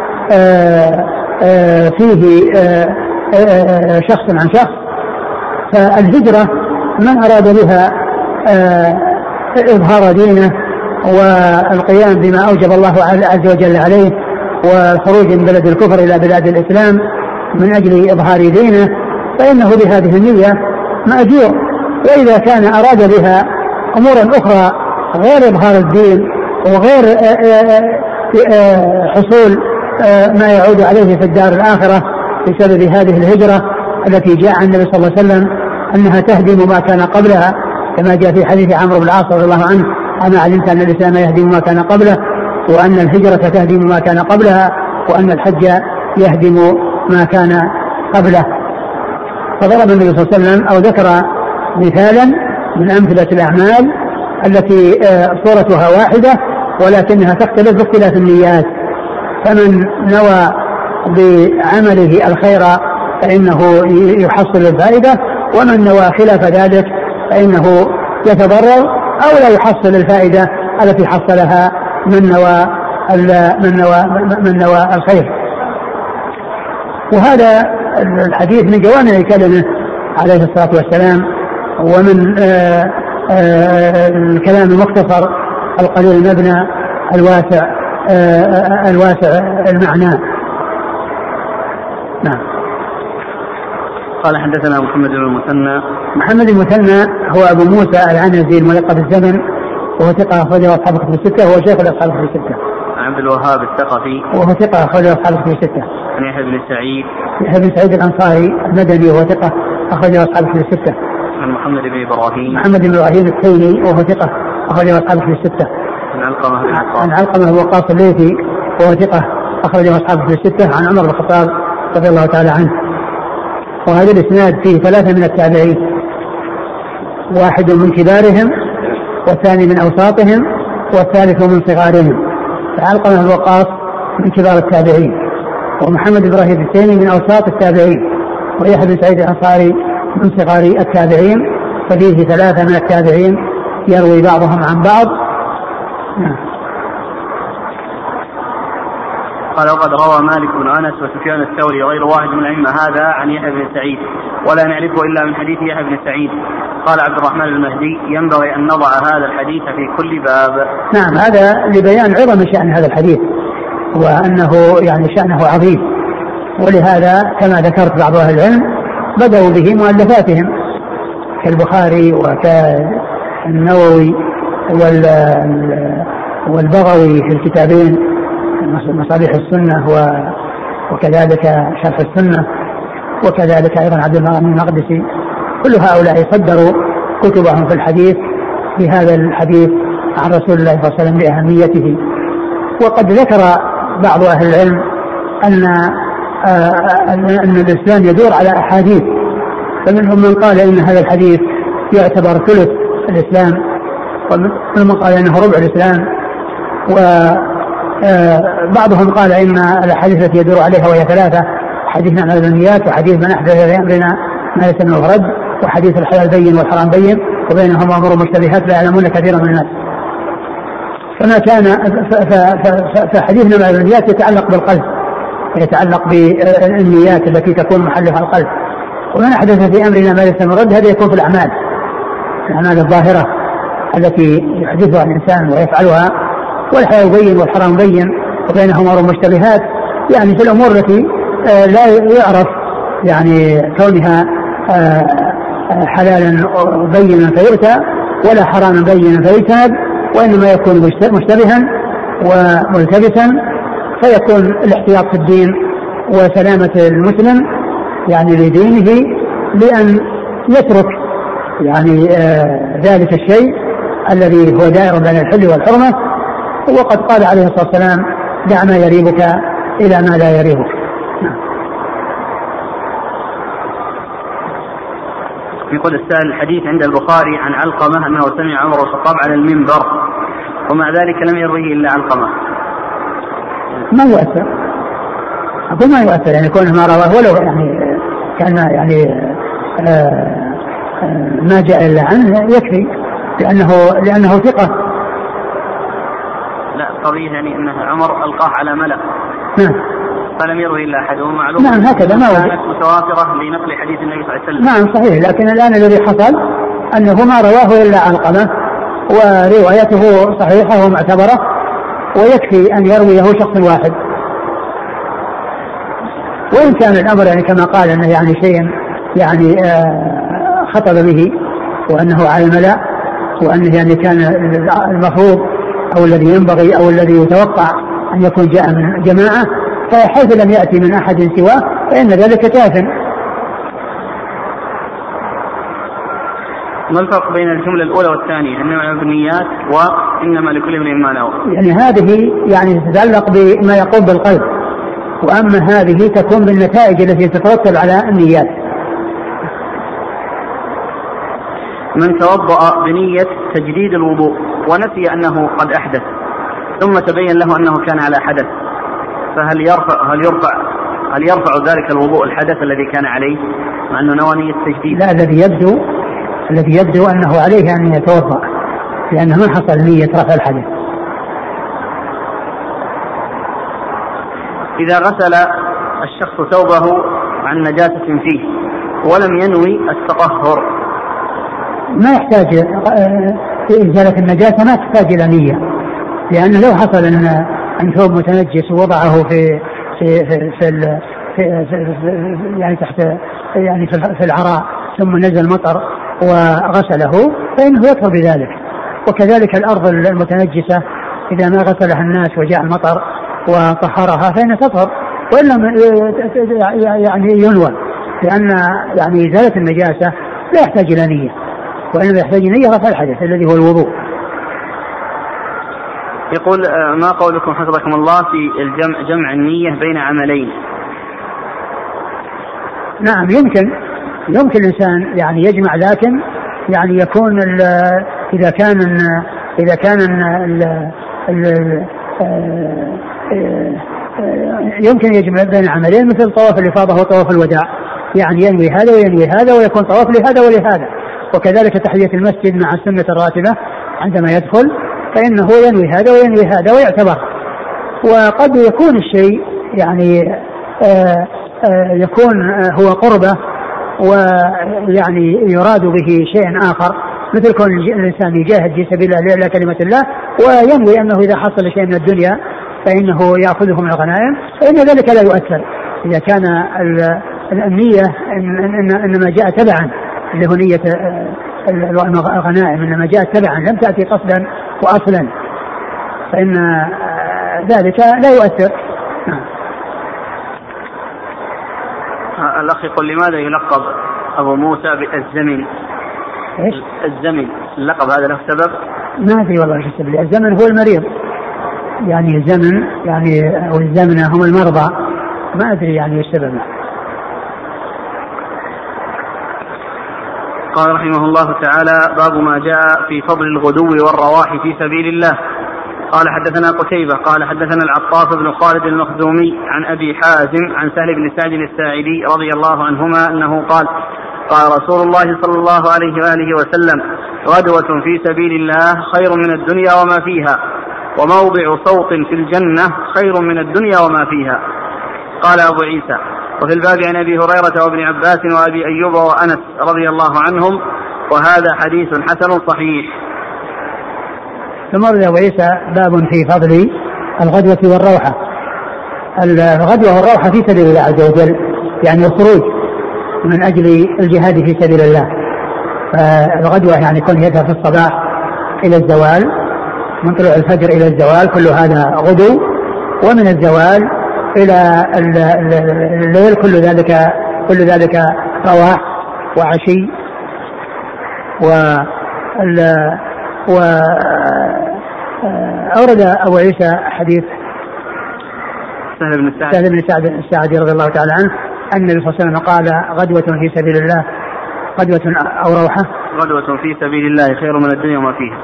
فيه شخص عن شخص. فالهجرة من أراد بها إظهار دينه والقيام بما أوجب الله عز وجل عليه، وخروج من بلد الكفر إلى بلاد الإسلام من أجل إظهار دينه، فإنه بهذه النية مأجور. وإذا كان أراد بها أمورا أخرى غير إظهار الدين وغير حصول ما يعود عليه في الدار الآخرة بسبب هذه الهجرة التي جاء عن النبي صلى الله عليه وسلم أنها تهدم ما كان قبلها، كما جاء في حديث عمرو بن العاص رضي الله عنه: أنا علمت أن الإسلام يهدم ما كان قبله، وأن الهجرة تهدم ما كان قبلها، وأن الحج يهدم ما كان قبله. فضرب النبي صلى الله عليه وسلم أو ذكر مثالا من أمثلة الأعمال التي صورتها واحدة ولكنها تختلف باختلاف النيات. فمن نوى بعمله الخير فإنه يحصل الفائدة، ومن نوى خلاف ذلك فإنه يتضرر أو لا يحصل الفائدة التي حصلها من نوى من نوى من نوى الخير. وهذا الحديث من جوامع كلمه عليه الصلاة والسلام، ومن آآ آآ الكلام المختصر القليل المبنى الواسع الواسع المعنى. نعم. قال حدثنا محمد بن المثنى. محمد المثنى هو أبو موسى العنزي الملقب بالزمن، وهو ثقة أخرجه أصحاب الكتب الستة، وهو شيخ أصحاب الكتب الستة. عبد الوهاب الثقفي وهو ثقة أخرجه أصحاب الكتب الستة. عن يحيى بن سعيد. يحيى بن سعيد الأنصاري المدني وهو ثقة أخرجه أصحاب الكتب الستة. عن محمد بن إبراهيم. محمد بن إبراهيم التيمي وهو ثقة أخرجه أصحاب الكتب الستة. عن علقمة بن وقاص. عن علقمة بن وقاص الليثي وهو ثقة أخرجه أصحاب الكتب الستة. عن عمر بن الخطاب رضي الله تعالى عنه. وهذا الإسناد فيه ثلاثة من التابعين، واحد من كبارهم، والثاني من أوساطهم، والثالث من صغارهم. فعلقمة بن وقاص من كبار التابعين، ومحمد بن إبراهيم التيمي من أوساط التابعين، ويحيى بن سعيد الأنصاري من صغار التابعين. ففيه ثلاثة من التابعين يروي بعضهم عن بعض. قال: وقد روى مالك بن أنس وسفيان الثوري غير واحد من الأئمة هذا عن يحيى بن سعيد، ولا نعرفه إلا من حديث يحيى بن سعيد. قال عبد الرحمن المهدي: ينبغي أن نضع هذا الحديث في كل باب. نعم، هذا لبيان عظم شأن هذا الحديث، وأنه يعني شأنه عظيم، ولهذا كما ذكرت بعض أهل العلم بدأوا به مؤلفاتهم كالبخاري وكالنووي والبغوي في الكتابين مصابيح السنة وكذلك شرح السنة، وكذلك أيضا عبد المنعم المقدسي. كل هؤلاء صدروا كتبهم في الحديث بهذا الحديث عن رسول الله صلى الله عليه وسلم لأهميته. وقد ذكر بعض أهل العلم أن أن الإسلام يدور على أحاديث، فمنهم من قال إن هذا الحديث يعتبر ثلث الإسلام، ومنهم من قال إنه ربع الإسلام، وبعضهم قال إن الأحاديث التي يدور عليها وهي ثلاثة: حديث عن الدنيات، وحديث من أحدث في أمرنا ما ليس منه رد، وحديث الحلال بين والحرام بين وبينهما أمور مشتبهات لا يعلمون كثيرا من الناس. فما كان فحديثنا مع النيات يتعلق بالقلب، يتعلق بالنيات التي تكون محلها القلب. ومن أحدث في أمرنا ما ليس من رد هذا يكون في الأعمال، الأعمال الظاهرة التي يحدثها الإنسان ويفعلها. والحلال بين والحرام بين وبينهما أمور مشتبهات، يعني في الأمور التي لا يعرف يعني كونها حلالا بينا فيؤتى ولا حراما بينا فيجتنب، وإنما يكون مشتبها وملتبسا، فيكون الاحتياط في الدين وسلامة المسلم يعني لدينه بأن يترك يعني ذلك الشيء الذي هو دائر بين الحل والحرمة. وقد قال عليه الصلاة والسلام: دع ما يريبك إلى ما لا يريبك. يقول السائل: الحديث عند البخاري عن علقمة أنه سمع عمر الخطاب على المنبر ومع ذلك لم يروه إلا علقمة. ما يؤثر، أقول ما يؤثر، يعني كونه ما رواه ولو يعني كان يعني آآ آآ ما جاء إلا عنه يكفي، لأنه لأنه ثقة. لا قضية يعني أنه عمر ألقاه على ملأ نعم فلم يروه إلا أحد، ومعلوم نعم هكذا ما كانت متوافرة لنقل حديث النبي صلى الله عليه وسلم. نعم صحيح، لكن الآن الذي حصل أنه ما رواه إلا علقمة وروايته صحيحة ومعتبرة، ويكفي أن يرويه شخص واحد. وإن كان الأمر يعني كما قال أنه يعني شيء يعني خطب به وأنه على الملأ، وأنه يعني كان المفروض أو الذي ينبغي أو الذي يتوقع أن يكون جاء من جماعة، فحيث لم يأتي من أحد سواه فإن ذلك كاف. ما الفرق بين الجملة الأولى والثانية إنما بالنيات وإنما لكل امرئ ما نوى؟ يعني هذه يعني تتعلق بما يقوم بالقلب، وأما هذه تكون بالنتائج التي تترتب على النيات. من توضأ بنية تجديد الوضوء ونسي أنه قد أحدث ثم تبين له أنه كان على حدث، فهل يرفع هل يرفع هل يرفع ذلك الوضوء الحدث الذي كان عليه مع أنه نوى نية التجديد؟ لا، الذي يبدو الذي يبدو أنه عليه أن يتوضأ، لأنه ما حصل نية رفع الحدث. إذا غسل الشخص ثوبه عن نجاسة فيه ولم ينوي التطهر ما يحتاج إزالة النجاسة، ما تحتاج إلى نية، لأن لو حصل أن أن ثوب متنجس ووضعه في في في, في, في, في, في يعني تحت يعني في العراء ثم نزل مطر وغسله فإنه يكفر بذلك. وكذلك الأرض المتنجسة إذا ما غسلها الناس وجاء المطر وطهرها فإنها تطهر، وإن لم يعني ينوى، لأن يعني إزالة النجاسة لا يحتاج إلى نية، وإنما يحتاج نية رفع الحدث الذي هو الوضوء. يقول: ما قولكم حفظكم الله في الجمع جمع النية بين عملين؟ نعم يمكن يمكن الإنسان يعني يجمع، لكن يعني يكون إذا كان إذا كان ال ال يمكن يجمع بين عملين مثل طواف الإفاضة وطواف الوداع، يعني ينوي هذا وينوي هذا ويكون طواف لهذا ولهذا. وكذلك تحية المسجد مع السنة الراتبة عندما يدخل فإنه ينوي هذا وينوي هذا ويعتبر. وقد يكون الشيء يعني آآ آآ يكون هو قربة ويعني يراد به شيء آخر، مثل كون الإنسان يجاهد في سبيل الله لإعلاء كلمة الله وينوي أنه إذا حصل شيء من الدنيا فإنه يأخذه من الغنائم، فإن ذلك لا يؤثر إذا كان النية إنما جاء تبعا، اللي هو نية الغنائم إنما جاءت تبعا لم تأتي قصدا وأصلا، فإن ذلك لا يؤثر. الأخ يقول: لماذا يلقب أبو موسى بالزمن؟ إيش؟ الزمن اللقب هذا له سبب؟ ما أدري والله شو السبب. الزمن هو المريض، يعني الزمن يعني أو الزمنة هم المرضى، ما أدري يعني السبب. قال رحمه الله تعالى: باب ما جاء في فضل الغدو والرواح في سبيل الله. قال: حدثنا قتيبة قال حدثنا العطاف بن خالد المخزومي عن أبي حازم عن سهل بن سعد الساعدي رضي الله عنهما أنه قال: قال رسول الله صلى الله عليه وآله وسلم: غدوة في سبيل الله خير من الدنيا وما فيها، وموضع صوت في الجنة خير من الدنيا وما فيها. قال أبو عيسى: وفي الباب عن أبي هريرة وابن عباس وأبي أيوب وأنس رضي الله عنهم، وهذا حديث حسن صحيح. ثم ورد أبو عيسى باب في فضل الغدوة والروحة. الغدوة والروحة في سبيل الله عز وجل، يعني الخروج من أجل الجهاد في سبيل الله. فالغدوة يعني كون يذهب في الصباح إلى الزوال، من طلوع الفجر إلى الزوال، كل هذا غدو، ومن الزوال إلى الليل كل ذلك كل ذلك رواح وعشي. و وأورد أبو عيسى حديث سهل بن سعد سهل بن سعد الساعدي رضي الله تعالى عنه أن النبي صلى الله عليه وسلم قال: غدوة في سبيل الله، غدوة أو روحة، غدوة في سبيل الله خير من الدنيا وما فيها،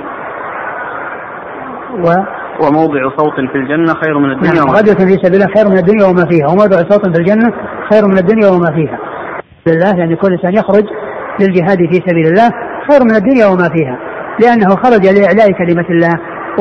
و وموضع صوت في الجنة خير من الدنيا وما فيها. غدوة في سبيل الله خير من الدنيا وما فيها، وموضع صوت في الجنة خير من الدنيا وما فيها. لله يعني كل إنسان يخرج للجهاد في سبيل الله خير من الدنيا وما فيها، لأنه خرج لإعلاء كلمة الله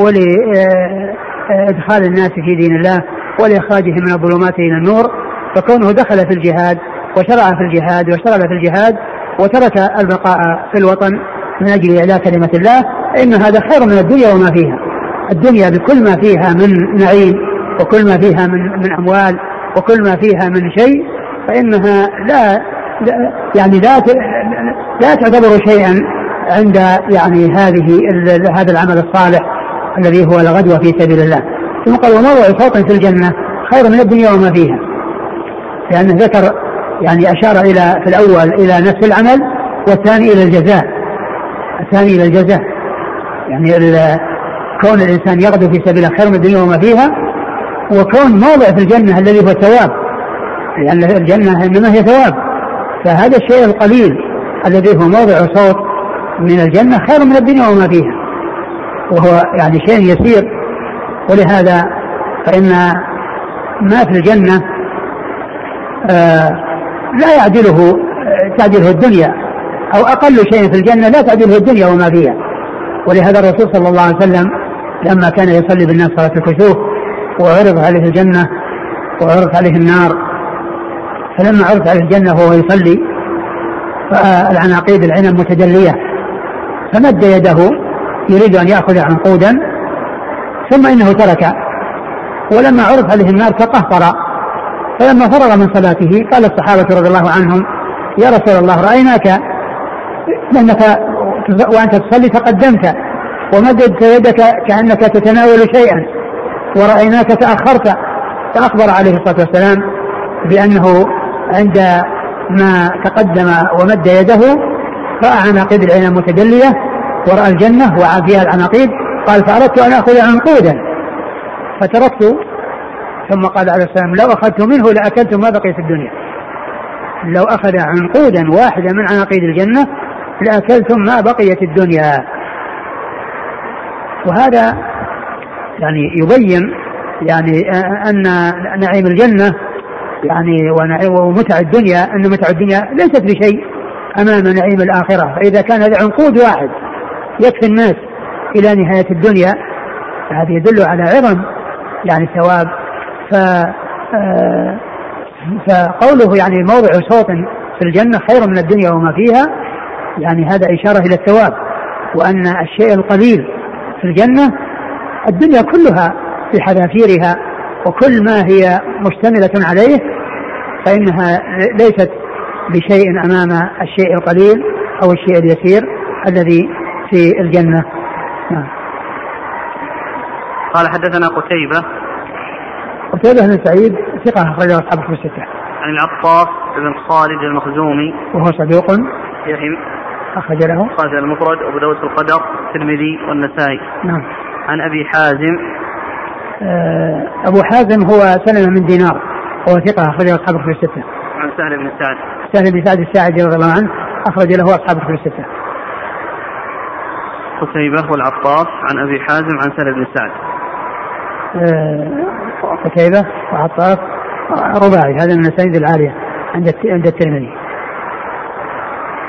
ولإدخال الناس في دين الله ولإخراجهم من الظلمات إلى النور. فكونه دخل في الجهاد وشرع في الجهاد واشتغل في الجهاد وترك البقاء في الوطن من أجل إعلاء كلمة الله، إن هذا خير من الدنيا وما فيها. الدنيا بكل ما فيها من نعيم وكل ما فيها من, من أموال وكل ما فيها من شيء، فإنها لا يعني لا لا تعتبر شيئا عند يعني هذه هذا العمل الصالح الذي هو الغدوة في سبيل الله. ثم قال: وموضع صوت في الجنة خير من الدنيا وما فيها، لأنه ذكر يعني أشار إلى في الأول إلى نفس العمل، والثاني إلى الجزاء الثاني إلى الجزاء يعني كون الإنسان يغدو في سبيل خير من الدنيا وما فيها، وكون موضع في الجنة الذي هو الثواب، لأن يعني الجنة إنما هي ثواب. فهذا الشيء القليل الذي هو موضع صوت من الجنة خير من الدنيا وما فيها، وهو يعني شيء يسير. ولهذا فإن ما في الجنة آه لا يعدله تعدله الدنيا، أو أقل شيء في الجنة لا تعدله الدنيا وما فيها. ولهذا الرسول صلى الله عليه وسلم لما كان يصلي بالناس صلاة الكسوف وعرض عليه الجنة وعرض عليه النار، فلما عرض عليه الجنة وهو يصلي فالعناقيد العنب متجلية، فمد يده يريد أن يأخذ عنقودا، ثم إنه ترك. ولما عرض عليه النار تقهقر، فلما فرغ من صلاته قال الصحابة رضي الله عنهم: يا رسول الله، رأيناك لأنك وأنت تصلي تقدمت ومددت يدك كأنك تتناول شيئا، ورأيناك تأخرت. فأخبر عليه الصلاة والسلام بأنه عندما تقدم ومد يده رأى عناقيد العنب متجلية ورأى الجنة وفيها العناقيد. قال: فأردت أن أخذ عنقودا فتركت. ثم قال عليه السلام: لو أخذت منه لأكلت ما بقي في الدنيا. لو أخذ عنقودا واحدا من عناقيد الجنة لأكلتم ما بقيت الدنيا. وهذا يعني يبين يعني أن نعيم الجنة يعني ومتع الدنيا، أن متع الدنيا ليست بشيء أمام نعيم الآخرة. فإذا كان هذا عنقود واحد يكفي الناس إلى نهاية الدنيا، فهذا يدل على عظم يعني الثواب. ف فقوله يعني موضع صوت في الجنة خير من الدنيا وما فيها، يعني هذا إشارة إلى الثواب، وأن الشيء القليل في الجنة الدنيا كلها بحذافيرها وكل ما هي مشتملة عليه فإنها ليست بشيء أمام الشيء القليل أو الشيء اليسير الذي في الجنة. قال: حدثنا قتيبة قتيبة بن سعيد ثقة أخرجه أصحاب الكتب الستة. عن العطاف بن خالد المخزومي وهو صدوق يهم أخرج له قال المفرد وأبو داود في القدر الترمذي والنسائي. نعم. عن أبي حازم أبو حازم هو سلمة من دينار وهو ثقة أخرجه أصحاب الكتب الستة. عن سهل بن سعد سهل بن سعد الساعدي رضي الله عنه أخرج له أصحاب الكتب الستة. قتيبة والعطاف عن أبي حازم عن سهل بن سعد. قتيبة وعطاف رباعي، هذا من الأسانيد العالية عند عند الترمذي.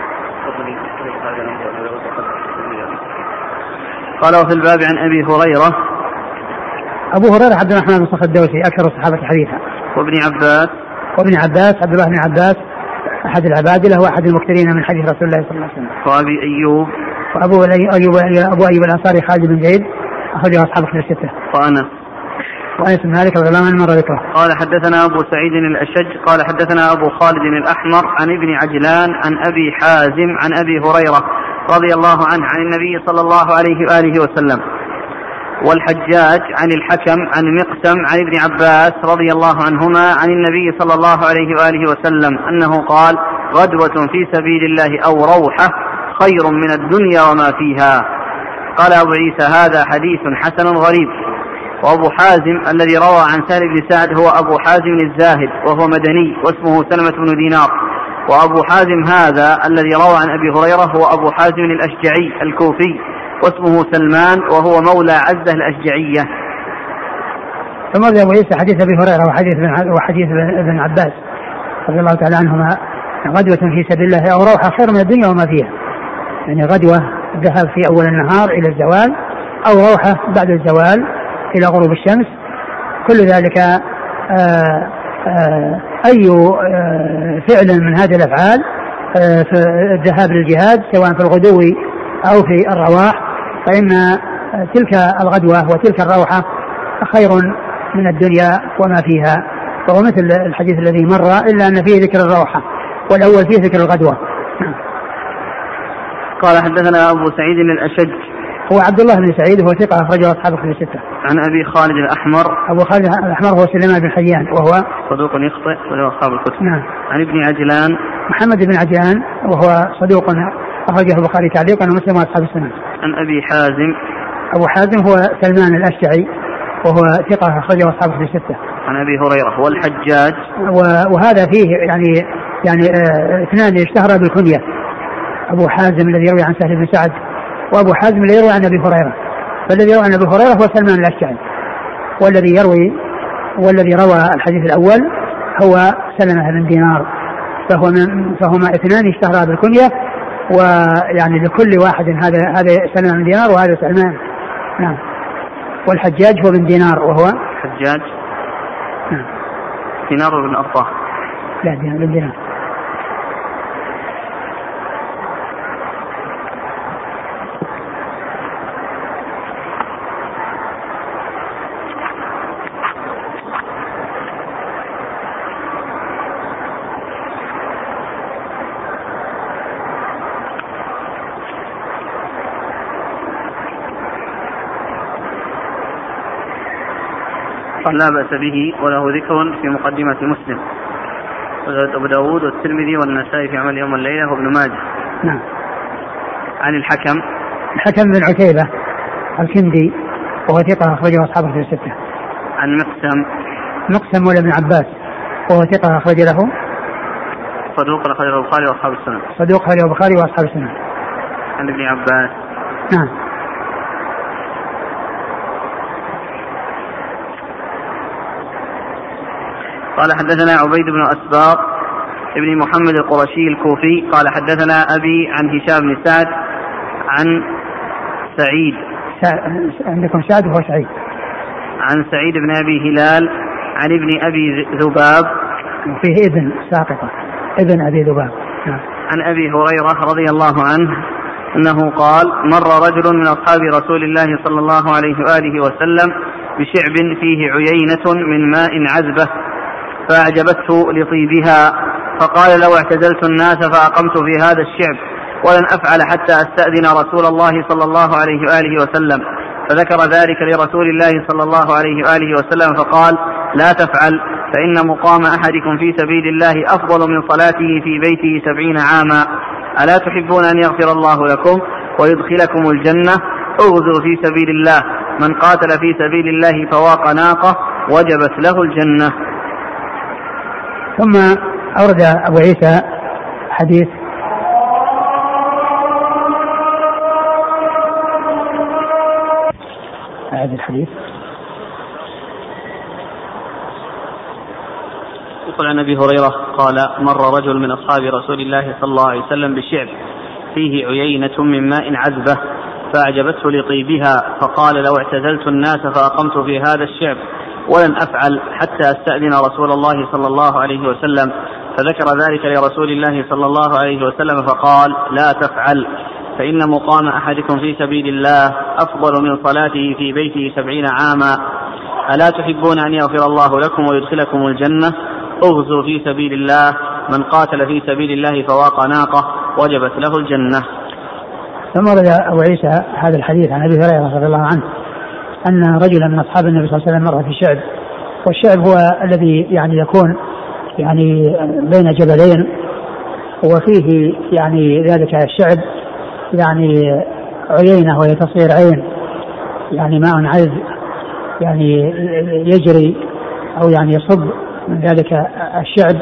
قال وفي الباب عن أبي هريرة. أبو هريرة عبد الرحمن بن صخر الدوسي أكثر الصحابة حديثا. وابن عباس. وابن عباس عبد الله بن عباس أحد العبادلة وأحد المكثرين من حديث رسول الله صلى الله عليه وسلم. وأبي أيوب. وأبو أيوب أبو أيوب الأنصاري خالد بن زيد أخرجه أصحاب كتب الستة. وأنس. وأنس بن مالك رضي الله عنه مر ذكره. قال حدثنا أبو سعيد الأشج قال حدثنا أبو خالد الأحمر عن ابن عجلان عن أبي حازم عن أبي هريرة رضي الله عنه عن النبي صلى الله عليه وآله وسلم. والحجاج عن الحكم عن مقسم عن ابن عباس رضي الله عنهما عن النبي صلى الله عليه وآله وسلم أنه قال غدوة في سبيل الله أو روحة خير من الدنيا وما فيها. قال أبو عيسى هذا حديث حسن غريب. وأبو حازم الذي روى عن سهل بن سعد هو أبو حازم الزاهد وهو مدني واسمه سلمة بن دينار. وأبو حازم هذا الذي روى عن أبي هريرة هو أبو حازم الأشجعي الكوفي واسمه سلمان وهو مولى عزة الأشجعية. ثم أبو عيسى حديث أبي هريرة وحديث وحديث ابن عباس رضي الله تعالى عنهما غدوة في سبيل الله أو روحة خير من الدنيا وما فيها. يعني غدوة ذهب في أول النهار إلى الزوال أو روحة بعد الزوال إلى غروب الشمس. كل ذلك آآ آآ أي فعل من هذه الأفعال في الذهاب للجهاد سواء في الغدو أو في الرواح فإن تلك الغدوة وتلك الروحة خير من الدنيا وما فيها. وهو مثل الحديث الذي مر إلا أن فيه ذكر الروحة والأول فيه ذكر الغدوة. قال حدثنا أبو سعيد الأشج هو عبد الله بن سعيد وهو ثقة أخرجه أصحاب الكتب الستة. عن أبي خالد الأحمر. أبو خالد الأحمر هو سليمان بن حيان وهو صدوق يخطئ وله أصحاب الكتب. نعم. عن ابن عجلان محمد بن عجلان وهو صدوق أخرجه البخاري تعليقا ومسلم وأصحاب السنن. عن أبي حازم. أبو حازم هو سلمان الأشجعي وهو ثقة أخرجه أصحاب الكتب الستة. عن أبي هريرة. والحجاج. وهذا فيه يعني يعني آه اثنان اشتهر بالكنية أبو حازم الذي يروي عن سهل بن سعد وأبو حازم الذي يروي عن أبي هريرة. فالذي يروي عن أبي هريرة هو سلمان الأشجعي والذي يروي والذي روى الحديث الأول هو سلمة بن دينار. فهو من فهما اثنان اشتهرا بالكنية ويعني لكل واحد هذا هذا سلمة بن دينار وهذا سلمان. نعم. والحجاج هو بن دينار وهو حجاج. نعم. دينار بن أرطاه. لا دينار بن دينار. لا بأس به وله ذكر في مقدمة مسلم وزاد أبو داود والترمذي والنسائي في عمل يوم والليلة وابن ماجه. نعم. عن الحكم. الحكم بن عتيبة الكندي وهو ثقة أخرجه أصحاب الكتب الستة. عن مقسم. مقسم ولا ابن عباس وهو ثقة أخرج له صدوق أخرجه البخاري وأصحاب السنن. صدوق أخرجه البخاري وأصحاب السنن. عن ابن عباس. نعم. قال حدثنا عبيد بن أسباط ابن محمد القرشي الكوفي قال حدثنا أبي عن هشام بن سعد عن سعيد. عندكم سعد وهو سعيد. عن سعيد بن أبي هلال عن ابن أبي ذباب وفيه ابن ساقطة ابن أبي ذباب. نعم. عن أبي هريرة رضي الله عنه أنه قال مر رجل من أصحاب رسول الله صلى الله عليه وآله وسلم بشعب فيه عيينة من ماء عذبة فأعجبته لطيبها فقال لو اعتزلت الناس فأقمت في هذا الشعب ولن أفعل حتى أستأذن رسول الله صلى الله عليه وآله وسلم. فذكر ذلك لرسول الله صلى الله عليه وآله وسلم فقال لا تفعل فإن مقام أحدكم في سبيل الله أفضل من صلاته في بيته سبعين عاما. ألا تحبون أن يغفر الله لكم ويدخلكم الجنة؟ اغزوا في سبيل الله من قاتل في سبيل الله فواق ناقة وجبت له الجنة. ثم أورد أبو عيسى حديث هذا الحديث يقول عن أبي هريرة قال مر رجل من أصحاب رسول الله صلى الله عليه وسلم بشعب فيه عيينة من ماء عذبة فأعجبته لطيبها فقال لو اعتزلت الناس فأقمت في هذا الشعب ولن أفعل حتى أستأذن رسول الله صلى الله عليه وسلم، فذكر ذلك لرسول الله صلى الله عليه وسلم فقال لا تفعل، فإن مقام أحدكم في سبيل الله أفضل من صلاته في بيته سبعين عاما. ألا تحبون أن يغفر الله لكم ويدخلكم الجنة؟ اغزوا في سبيل الله، من قاتل في سبيل الله فواق ناقة وجبت له الجنة. ثم رد أبو عيسى هذا الحديث عن أبي هريرة رضي الله عنه أن رجلا من أصحاب النبي صلى الله عليه وسلم مر في الشعب، والشعب هو الذي يعني يكون يعني بين جبلين، وفيه يعني ذلك الشعب يعني عيينة وهي تصير عين، يعني ماء عذب يعني يجري أو يعني يصب من ذلك الشعب،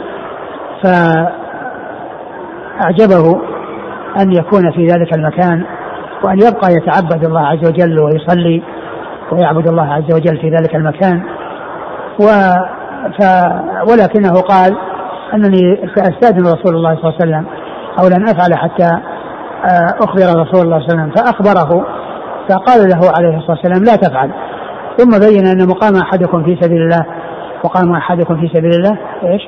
فأعجبه أن يكون في ذلك المكان وأن يبقى يتعبد الله عز وجل ويصلي ويعبد الله عز وجل في ذلك المكان. و ف... ولكنه قال أنني سأستأذن رسول الله صلى الله عليه وسلم أو لن أفعل حتى أخبر رسول الله صلى الله عليه وسلم، فأخبره فقال له عليه الصلاة والسلام لا تفعل. ثم بين أن مقام أحدكم في سبيل الله مقام أحدكم في سبيل الله إيش؟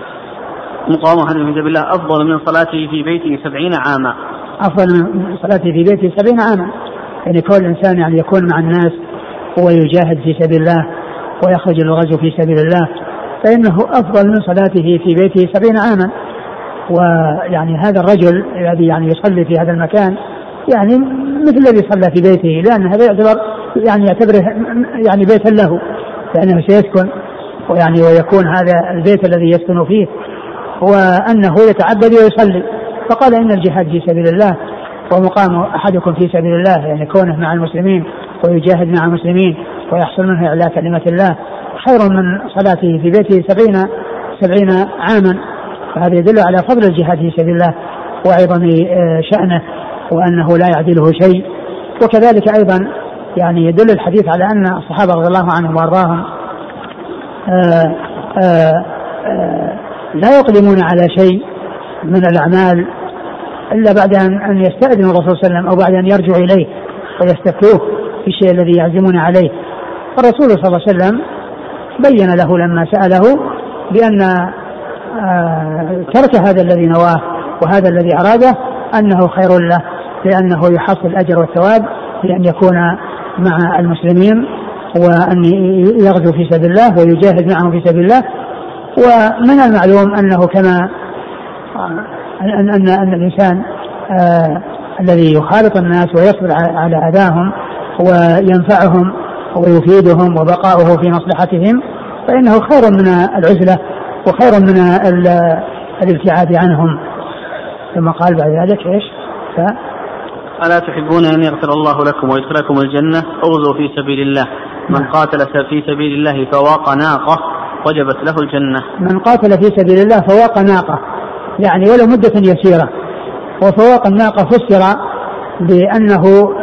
مقام أحدكم في سبيل الله أفضل من صلاته في بيته سبعين عاما. أفضل من صلاته في بيته سبعين عاما، يعني كل إنسان يعني يكون مع الناس ويجاهد في سبيل الله ويخرج الغزو في سبيل الله، فإنه أفضل من صلاته في بيته سبعين عاما. ويعني هذا الرجل الذي يعني يصلي في هذا المكان يعني مثل الذي صلى في بيته، لأن هذا يعتبر يعني يعتبره يعني بيتا له، لأنه سيسكن ويعني ويكون هذا البيت الذي يسكن فيه، وأنه يتعبد ويصلي. فقال إن الجهاد في سبيل الله ومقام أحدكم في سبيل الله يعني كونه مع المسلمين ويجاهد مع المسلمين ويحصل منه إعلاء كلمة الله خير من صلاته في بيته سبعين سبعين عاما. فهذا يدل على فضل الجهاد في سبيل الله وعظم شأنه وأنه لا يعدله شيء. وكذلك أيضا يعني يدل الحديث على أن الصحابة رضي الله عنهم وأرضاهم آآ آآ آآ لا يقدمون على شيء من الأعمال إلا بعد أن يستأذن الرسول صلى الله عليه وسلم أو بعد أن يرجعوا إليه ويستفتوه في الشيء الذي يعزمون عليه. فالرسول صلى الله عليه وسلم بين له لما سأله بأن ترك هذا الذي نواه وهذا الذي أراده أنه خير له، لأنه يحصل الأجر والثواب بأن يكون مع المسلمين وأن يغزو في سبيل الله ويجاهد معهم في سبيل الله. ومن المعلوم أنه كما أن, أن, أن الإنسان آه الذي يخالط الناس ويصبر على أذاهم وينفعهم ويفيدهم وبقاؤه في مصلحتهم فإنه خير من العزلة وخير من الابتعاد عنهم. ثم قال بعد ذلك إيش؟ ف... ألا تحبون أن يغفر الله لكم ويدخلكم الجنة؟ اغزوا في سبيل الله، من قاتل في سبيل الله فواق ناقة وجبت له الجنة. من قاتل في سبيل الله فواق ناقة يعني ولو مدة يسيرة. وفواق الناقة فسر بأنه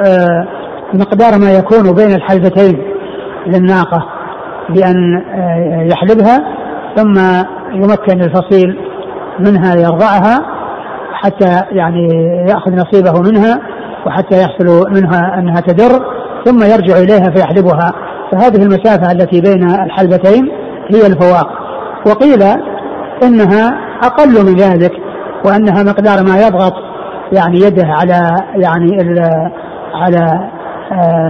مقدار ما يكون بين الحلبتين للناقة بأن يحلبها ثم يمكن الفصيل منها يرضعها حتى يعني يأخذ نصيبه منها وحتى يحصل منها أنها تدر ثم يرجع إليها فيحلبها. فهذه المسافة التي بين الحلبتين هي الفواق. وقيل إنها أقل من ذلك وأنها مقدار ما يضغط يعني يده على يعني ال على آآ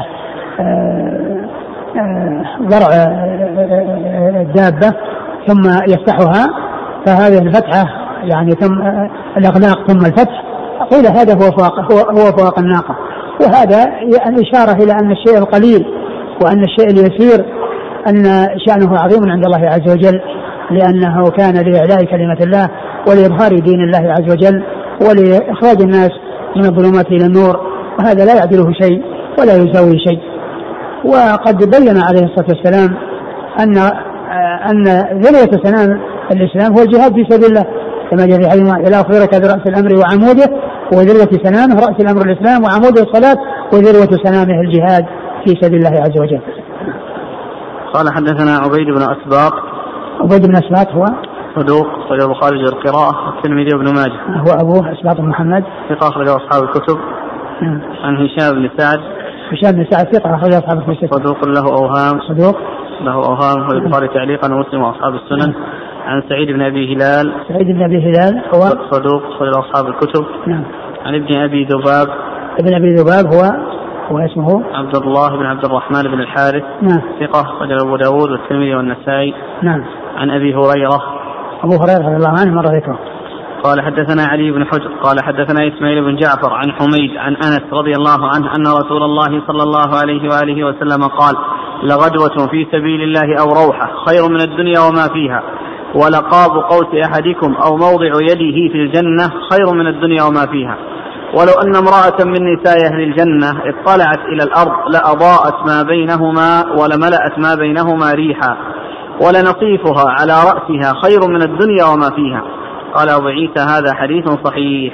آآ ضرع الدابة ثم يفتحها، فهذه الفتحة يعني ثم الإغلاق ثم الفتح. قيل هذا هو فواق هو, هو فواق الناقة. وهذا الإشارة إلى أن الشيء القليل وأن الشيء اليسير أن شأنه عظيم عند الله عز وجل، لأنه كان لإعلاء كلمة الله ولإظهار دين الله عز وجل ولإخراج الناس من الظلمات إلى النور، وهذا لا يعدله شيء ولا يساوي شيء. وقد بين عليه الصلاة والسلام أن أن ذروة سنام الإسلام هو الجهاد في سبيل الله، كما جاء في حديث لا أخبرك برأس الأمر وعموده، وذروة سنامه رأس الأمر الإسلام وعموده الصلاة وذروة سنامه الجهاد في سبيل الله عز وجل. قال حدثنا عبيد بن أسباط. عبيد بن أسباط هو صدوق أخرجه البخاري القراءة والترمذي وابن ماجه. هو أبوه أسباط محمد ثقة أخرجه أصحاب الكتب عن هشام بن سعد. هشام بن سعد ثقة أخرج أصحاب الكتب الستة. صدوق له أوهام. صدوق له أوهام والبخاري تعليقا ومسلم وأصحاب السنن. عن سعيد بن أبي هلال. سعيد بن أبي هلال هو صدوق أخرج أصحاب الكتب. نعم. عن ابن أبي ذباب. ابن أبي ذباب هو هو اسمه عبد الله بن عبد الرحمن بن الحارث. نعم. ثقة أخرج أبو داود والترمذي والنسائي. نعم. عن أبي هريرة. أبو هريرة رضي الله عنه مرة ذكره. قال حدثنا علي بن حجر قال حدثنا إسماعيل بن جعفر عن حميد عن أنس رضي الله عنه أن رسول الله صلى الله عليه وآله وسلم قال: لغدوة في سبيل الله أو روحة خير من الدنيا وما فيها، ولقاب قوس أحدكم أو موضع يده في الجنة خير من الدنيا وما فيها، ولو أن امرأة من نساء أهل الجنة اطلعت إلى الأرض لأضاءت ما بينهما ولملأت ما بينهما ريحا، ولنصيفها على رأسها خير من الدنيا وما فيها. قال أبو عيسى: هذا حديث صحيح.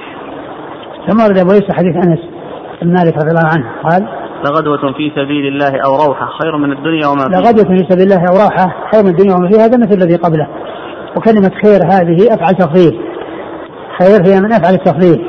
ثم ورد أبو عيسى حديث أنس بن مالك رضي الله عنه قال: لغدوة في سبيل الله أو روحة خير من الدنيا وما فيها. لغدوة في سبيل الله أو روحة خير من الدنيا وما فيها، هذا مثل الذي قبله. وكلمة خير هذه أفعل تفضيل، خير هي من أفعل التفضيل،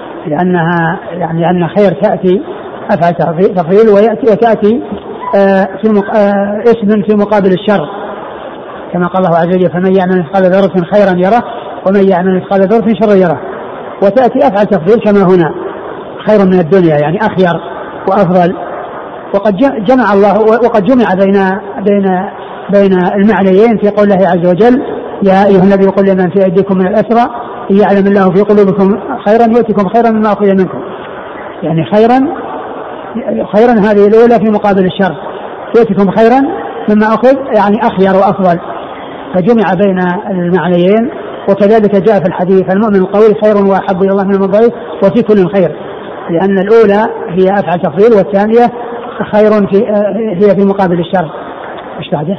لأنها يعني أن خير تأتي أفعل تفضيل ويأتي وتأتي آه في مق... آه اسم في مقابل الشر، كما قال الله عز وجل: فمن يعمل مثقال ذرة خيرا يره ومن يعمل مثقال ذرة شرا يره. وتأتي أفعل تفضيل كما هنا خير من الدنيا، يعني أخير وأفضل. وقد جمع الله وقد جمع بين بين بين المعنيين في قول الله عز وجل: يا أيها النبي قل لمن في أيديكم من الأسرى إن يعلم الله في قلوبكم خيرا يؤتكم خيرا مما أخذ منكم. يعني خيرا خيرا هذه الأولى في مقابل الشر، يؤتكم خيرا مما أخذ يعني أخير وأفضل، فجمع بين المعنيين. وكذلك جاء في الحديث: المؤمن القوي خير وأحب إلى الله من الضعيف وفي كل خير، لأن الأولى هي أفعل تفضيل والثانية خير في هي في مقابل الشر. ايش بعده؟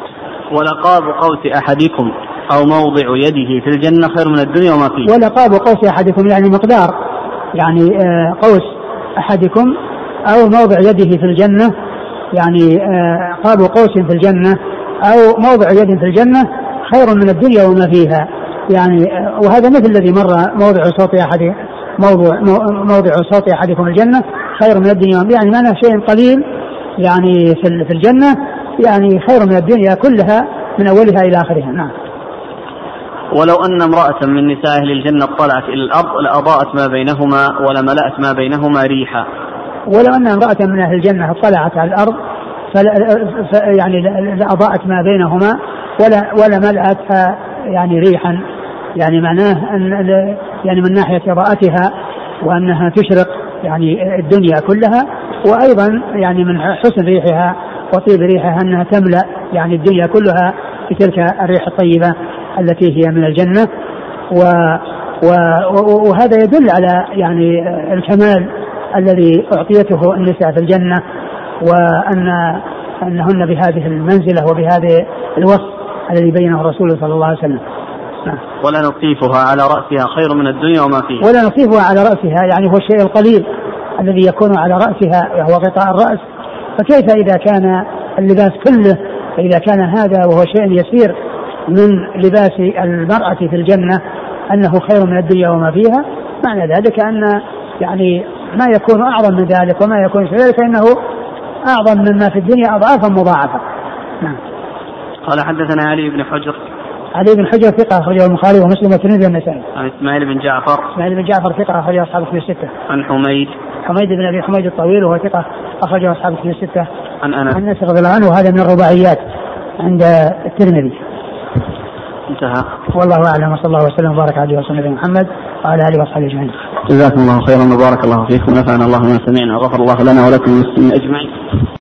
ولقاب قوس أحدكم أو موضع يده في الجنة خير من الدنيا وما فيها. ولقاب قوس أحدكم يعني مقدار، يعني قوس أحدكم أو موضع يده في الجنة، يعني قاب قوس في الجنة أو موضع يد في الجنة خير من الدنيا وما فيها. يعني وهذا مثل الذي مر: موضع صوت أحد موضع موضع صوت أحدكم الجنة خير من الدنيا وما فيها، يعني معناه شيء قليل يعني في الجنة يعني خير من الدنيا كلها من أولها إلى آخرها. نعم. ولو أن امرأة من نساء أهل الجنة طلعت إلى الأرض لأضاءت ما بينهما ولملأت ما بينهما ريحا. ولو أن امرأة من أهل الجنة طلعت على الأرض يعني لأضاءت ما بينهما ولا ولا ملأتها يعني ريحا، يعني معناه أن يعني من ناحية إضاءتها وأنها تشرق يعني الدنيا كلها، وأيضا يعني من حسن ريحها وطيب ريحها أنها تملأ يعني الدنيا كلها بتلك الريح الطيبة التي هي من الجنة. و وهذا يدل على يعني الكمال الذي أعطيته النساء في الجنة، وأن أنهن بهذه المنزلة وبهذه الوصف الذي بينه الرسول صلى الله عليه وسلم. ولا نصيفها على رأسها خير من الدنيا وما فيها. ولا نصيفها على رأسها يعني هو الشيء القليل الذي يكون على رأسها وهو غطاء الرأس، فكيف إذا كان اللباس كله، فإذا كان هذا وهو شيء يسير من لباس المرأة في الجنة أنه خير من الدنيا وما فيها، معنى ذلك أن يعني ما يكون أعظم من ذلك وما يكون في ذلك إنه أعظم مما في الدنيا أضعافا مضاعفة. نعم. قال حدثنا علي بن حجر. علي بن حجر ثقة أخرجه البخاري ومسلم والترمذي والنسائي. عن إسماعيل بن جعفر. إسماعيل بن جعفر ثقة أخرجه أصحاب الكتب الستة. عن حميد. حميد بن أبي حميد الطويل وهو ثقة أخرجه أصحاب الكتب الستة. عن أنس. عن أنس رضي الله عنه وهذا من الرباعيات عند الترمذي. انتهى. والله أعلم وصلى الله وسلم وبارك على نبينا محمد وعلى آله وصحبه أجمعين. جزاكم الله خيرا وبارك الله فيكم ونفعنا الله بما سمعنا وغفر الله لنا ولكم المسلمين أجمعين.